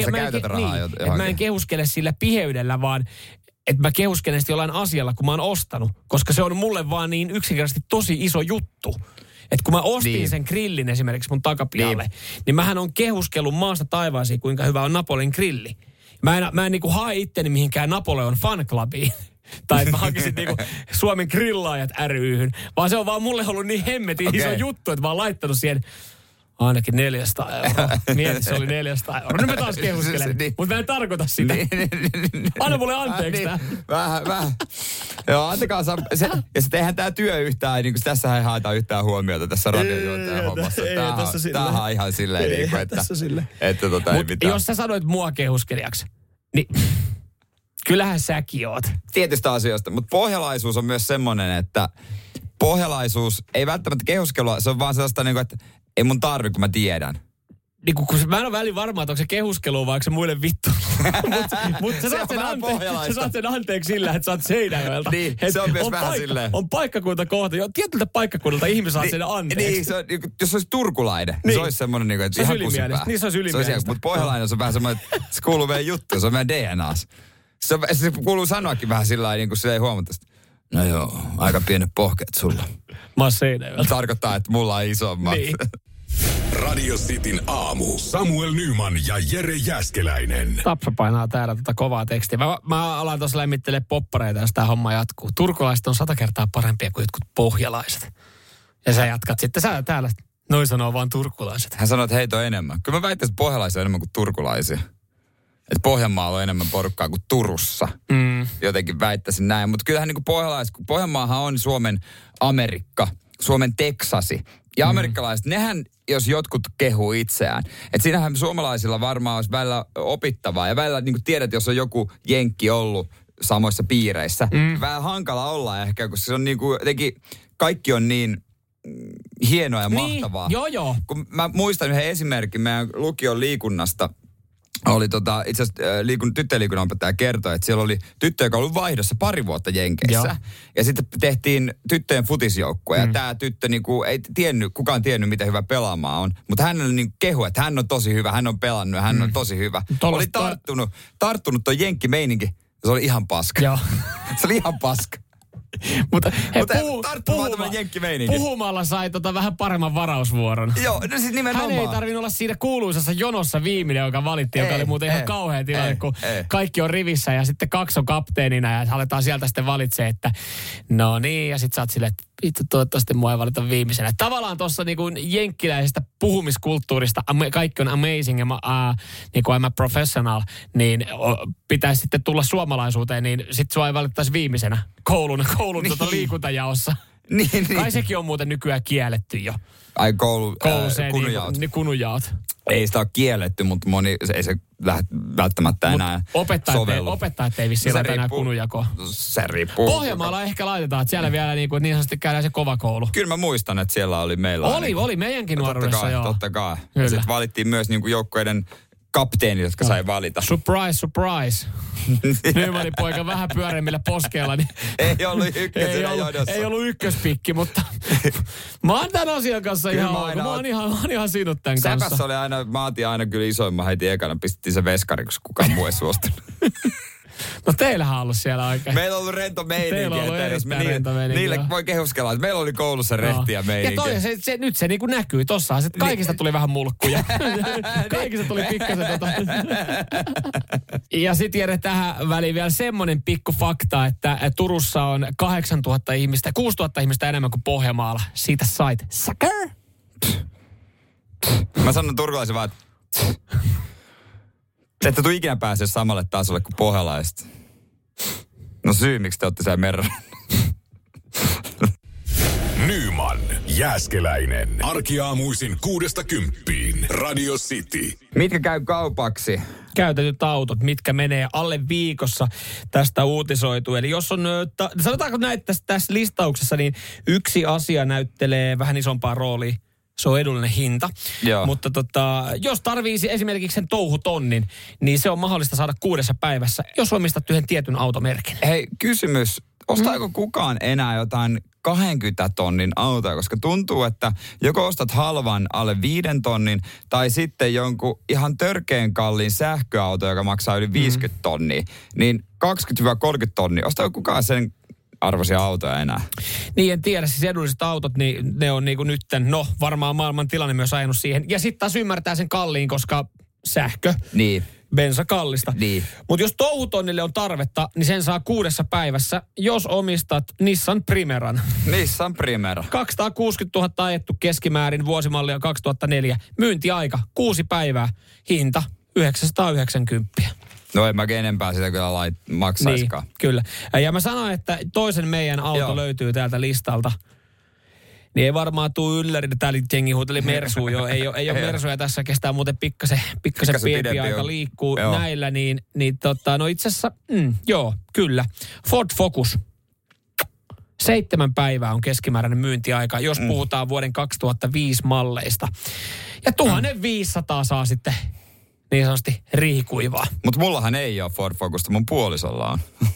mä en kehuskele sillä piheydellä, vaan että mä kehuskelen sitä jollain asialla, kun mä oon ostanut. Koska se on mulle vaan niin yksinkertaisesti tosi iso juttu. Että kun mä ostin sen grillin esimerkiksi mun takapialle, niin mähän on kehuskellut maasta taivaisiin, kuinka hyvä on Napolin grilli. Mä en niinku hae itteni mihinkään Napoleon fanclubiin. Tai että mä hakisin niinku Suomen grillaajat ry:hyn. Vaan se on vaan mulle ollut niin hemmetin iso juttu, että mä oon laittanut siihen ainakin 400 €. Mieti, se oli 400 €. Nyt mä taas kehuskelen, mutta mä en tarkoita sitä. Anna mulle anteeksi tää. Vähän. Joo, antakaa ja sitten eihän tää työ yhtään, niin kuin tässähän ei haeta yhtään huomiota tässä radiojuontajan hommassa. Tämähän on ihan silleen, niin kuin, että ei mitään. Jos sä sanoit mua kehuskelijaksi, niin kyllähän säkin oot. Tietystä asioista, mutta pohjalaisuus on myös semmoinen, että pohjalaisuus ei välttämättä kehuskelua, se on vaan sellaista niin kuin, että ei mun tarvi, kun mä tiedän. Niin kun mä en ole väliin varma, että onko se kehuskelu vai onko se muille vittu. Mutta sä saat sen anteeksi sillä, että sä oot Seinäjoelta. Niin, se on myös vähän silleen. On paikkakunta kohta. Tietyltä paikkakunnalta ihmiset saa sen anteeksi. Niin, se on, jos se olisi turkulainen, niin se olisi semmoinen, että ihan kusipää. Niin se olisi ylimielistä. Mutta pohjalainen on vähän semmoinen, että se kuuluu meidän juttuun, se on meidän DNAs. Se kuuluu sanoakin vähän sillä lailla, niin kuin se ei huomata sitä. No joo, aika pienet pohkeet sulla. Mä oon Seinäjoelta. Tarkoittaa, että mulla on isommat. Niin. Radio Cityn aamu. Samuel Nyman ja Jere Jääskeläinen. Tapsa painaa täällä kovaa tekstiä. Mä alan tuossa lämmittelee poppareita, jos tää homma jatkuu. Turkulaiset on 100 kertaa parempia kuin jotkut pohjalaiset. Ja sä jatkat sitten. Sä täällä, noin sanoo vaan turkulaiset. Hän sanoo, että heitä on enemmän. Kyllä mä väittäisin, että pohjalaisia on enemmän kuin turkulaisia. Että Pohjanmaalla on enemmän porukkaa kuin Turussa. Jotenkin väittäisin näin. Mutta kyllähän niin kuin Pohjanmaahan on Suomen Amerikka, Suomen Teksasi. Ja amerikkalaiset, nehän, jos jotkut kehuu itseään. Että siinähän suomalaisilla varmaan olisi välillä opittavaa. Ja välillä niin kuin tiedät, jos on joku jenkki ollut samoissa piireissä. Vähän hankala olla ehkä, koska se on niin kuin jotenkin, kaikki on niin hienoa ja mahtavaa. Joo. Kun mä muistan yhden esimerkin meidän lukion liikunnasta. Oli itse asiassa tyttöjen liikunnan opettaja kertoi, että siellä oli tyttö, joka oli ollut vaihdossa 2 vuotta Jenkeissä. Joo. Ja sitten tehtiin tyttöjen futisjoukkue. Ja tämä tyttö ei kukaan tiennyt, miten hyvä pelaamaan on. Mutta hän oli kehu, että hän on tosi hyvä, hän on pelannut ja hän on tosi hyvä. Oli tarttunut tuon jenkkimeininki. Se oli ihan paska. Joo. Se oli ihan paska. Mutta jenkkimeininki. Puhumalla sai vähän paremman varausvuoron. Joo, no siis nimenomaan. Hän ei tarvinnut olla siinä kuuluisassa jonossa viimeinen, joka valittiin, joka oli muuten ihan kauhea tilanne, kun kaikki on rivissä ja sitten 2 on kapteenina ja aletaan sieltä sitten valitsee, että no niin, ja sitten sä oot silleen, että vittu, toivottavasti mua ei valita viimeisenä. Tavallaan tuossa niin kuin jenkkiläisestä puhumiskulttuurista kaikki on amazing ja niin kuin I'm a professional, niin pitäisi sitten tulla suomalaisuuteen, niin sitten sua ei valittaisi viimeisenä koulun liikuntajaossa. Niin. Kai sekin on muuten nykyään kielletty jo. Kunujaot. Kunujaot. Ei sitä ole kielletty, mutta moni, ei se välttämättä enää sovellu. Opettajat ei vissiin laita enää kununjakoa. Se riippuu. Pohjanmaalla ehkä laitetaan, että siellä vielä niin sanotusti käydään se kova koulu. Kyllä mä muistan, että siellä oli meillä. Oli meidänkin nuoruudessa, joo. Totta kai. Ja sitten valittiin myös niin kuin joukkueiden kapteenit, jotka sai valita. Surprise. Nymanin poika vähän pyöreimmillä poskeilla. Niin ei ollut ykkösenä jodossa. Ei ollut ykköspikki, mutta mä oon tämän asian kanssa ihan ok. Mä oon ihan sinut tämän kanssa. Säpässä oli aina, mä otin aina kyllä isoimman heti ekana, pistettiin se veskari, koska kukaan muu ei suostunut. No teillähän on ollut siellä oikein. Meillä on ollut rento meininki, että jos me niille voi kehuskella, että meillä oli koulussa rehtiä meininki. Ja nyt se niinku näkyy tossahan, että kaikista tuli vähän mulkkuja. Kaikista tuli pikkasen Ja sit Jere tähän väliin vielä semmonen pikku fakta, että Turussa on 8,000 ihmistä, 6,000 ihmistä enemmän kuin Pohjanmaalla. Siitä sait sucker. Mä sanon turkulaisen vaan, että te ette tule ikinä pääse samalle tasolle kuin pohjalaiset. No syy, miksi te olette siellä merran. Nyman, Jääskeläinen. Arkiaamuisin 6–10. Radio City. Mitkä käy kaupaksi? Käytetyt autot, mitkä menee alle viikossa tästä uutisoitu. Eli jos on, sanotaanko näin, tässä listauksessa, niin yksi asia näyttelee vähän isompaa roolia. Se on edullinen hinta. Joo. Mutta jos tarvitsisi esimerkiksi sen touhutonnin, niin se on mahdollista saada 6 päivässä, jos omistat yhden tietyn automerkin. Hei, kysymys. Ostaako kukaan enää jotain 20 tonnin autoa? Koska tuntuu, että joko ostat halvan alle 5 tonnin, tai sitten jonkun ihan törkeän kalliin sähköauto, joka maksaa yli 50 tonnia. Niin 20–30 tonnia. Ostaako kukaan sen arvoisia autoja enää? Niin, en tiedä. Siis edulliset autot, niin ne on niinku nytten, varmaan maailman tilanne myös ajanut siihen. Ja sitten taas ymmärtää sen kalliin, koska sähkö, bensa kallista. Niin. Mutta jos touhutonnille on tarvetta, niin sen saa 6 päivässä, jos omistat Nissan Primeran. Nissan Primera. 260 000 ajettu keskimäärin, vuosimallia 2004. Myyntiaika 6 päivää, hinta 990. No en mä enempää sitä kyllä maksaisikaan. Niin, kyllä. Ja mä sanoin, että toisen meidän auto löytyy täältä listalta. Niin ei varmaan tule ylläri, täällä jengi huuteli Mersu jo. Ei ole Mersuja tässä, kestää muuten pikkasen pidempi aika liikkuu näillä. No itse asiassa, kyllä. Ford Focus. 7 päivää on keskimääräinen myyntiaika, jos puhutaan vuoden 2005 malleista. Ja 1500 saa sitten niin sanotusti riihikuivaa. Mutta mullahan ei ole Ford Focusta, mun puolisolla on.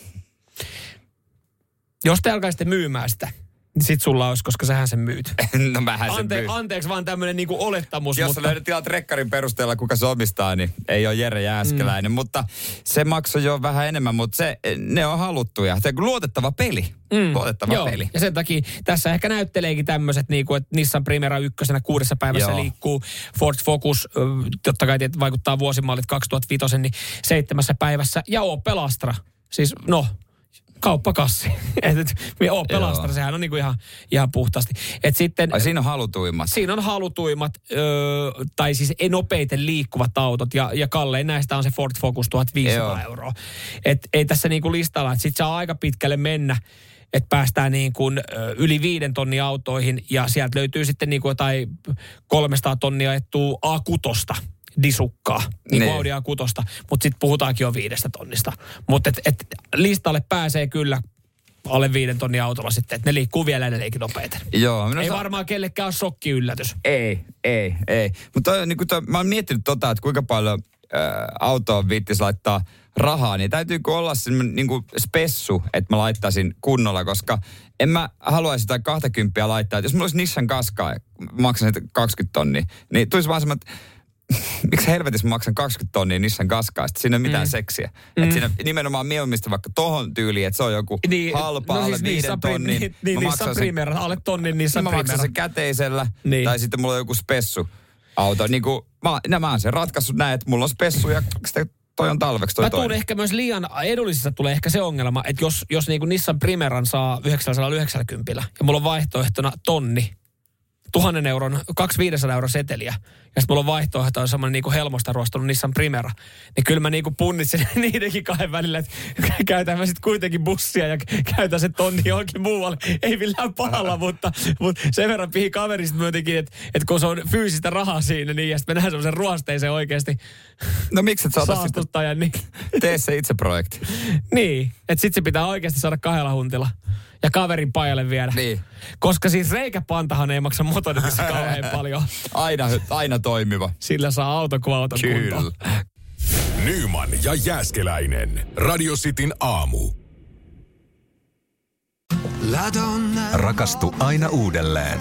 Jos te alkaisitte myymään sitä, niin sit sulla olisi, koska sähän sen myyt. No mähän sen myyt. Anteeksi vaan tämmönen niinku olettamus. Jos sä löydät tilat rekkarin perusteella, kuka se omistaa, niin ei ole Jere Jääskeläinen. Mutta se maksoi jo vähän enemmän, mutta ne on haluttuja. Se on luotettava peli. Luotettava peli. Ja sen takia tässä ehkä näytteleekin tämmöiset, niinku, että Nissan Primera 1 6 päivässä liikkuu. Ford Focus, totta kai vaikuttaa vuosimallit 2005, niin 7 päivässä. Ja Opel Astra. Siis kauppakassi. Opel Astra, sehän on niinku ihan puhtaasti. Et sitten, siinä on halutuimmat. Siinä on halutuimmat, tai siis nopeiten liikkuvat autot, ja kallein näistä on se Ford Focus 1500 €. Et ei tässä niinku listalla, että sit saa aika pitkälle mennä, että päästään niin kuin yli 5 tonnin autoihin, ja sieltä löytyy sitten niin kuin jotain 300 tonnia ettuu A6 disukkaa, niin kuin Audi A6, mutta sitten puhutaankin jo 5 tonnista. Mutta listalle pääsee kyllä alle 5 tonnin autolla sitten, että ne liikkuu vielä edelleenkin nopeiten. Joo. Ei varmaan kellekään ole shokki-yllätys. Ei. Mutta niin mä oon miettinyt että kuinka paljon autoon viittis laittaa rahaa, niin täytyykö olla semmoinen niin kuin spessu, että mä laittaisin kunnolla, koska en mä haluaisi sitä 20 laittaa. Että jos mulla olisi Nissan Qashqai, maksan 20 tonnia, niin tulisi vaan semmoinen, miksi helvetissä maksan 20 tonnia Nissan Qashqaista? Siinä ei ole mitään seksiä. Että siinä nimenomaan mieluummin vaikka tohon tyyliin, että se on joku halpa alle 5 tonnin. Nissan Primera, alle tonnin Nissan Primera. Mä maksan sen käteisellä, tai sitten mulla on joku spessu auto. Niin kuin, mä oon sen ratkaissut näin, että mulla on spessu ja sitten toi on talveksi toi toinen. Ehkä myös liian edullisissa tulee ehkä se ongelma, että jos niin kuin Nissan Primeran saa 990 ja mulla on vaihtoehtona 2 500 € seteliä. Ja sitten mulla on vaihtoehto, on semmoinen niinku helmosta ruostunut Nissan Primera. Niin kyllä mä niinku punnitsen niidenkin kahden välillä, että käytän mä sitten kuitenkin bussia ja käytän se tonni johonkin muualle. Ei millään pahalla, mutta sen verran pihi kaverista myötenkin, että kun se on fyysistä rahaa siinä, niin ja sitten mennään semmoisen ruosteeseen oikeasti. No miksi et sä ota saastuttajan, niin tee se itse projekti. Niin, että sit se pitää oikeasti saada 2 huntilla. Ja kaverin pajalle viedä. Niin. Koska siis reikäpantahan ei maksa motoritissä kauhean paljon. Aina toimiva. Sillä saa auto kuin auton kuntoon. Nyman ja Jääskeläinen. Radio Cityn aamu. Rakastu aina uudelleen.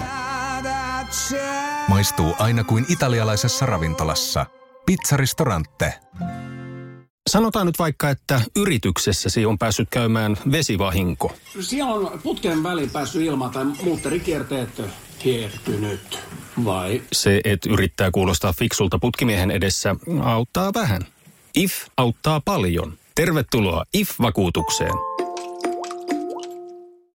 Maistuu aina kuin italialaisessa ravintolassa. Pizzaristorante. Sanotaan nyt vaikka, että yrityksessäsi on päässyt käymään vesivahinko. Siellä on putken väliin päässyt ilma tai muutterikierteet hiertynyt, vai? Se, että yrittää kuulostaa fiksulta putkimiehen edessä, auttaa vähän. IF auttaa paljon. Tervetuloa IF-vakuutukseen.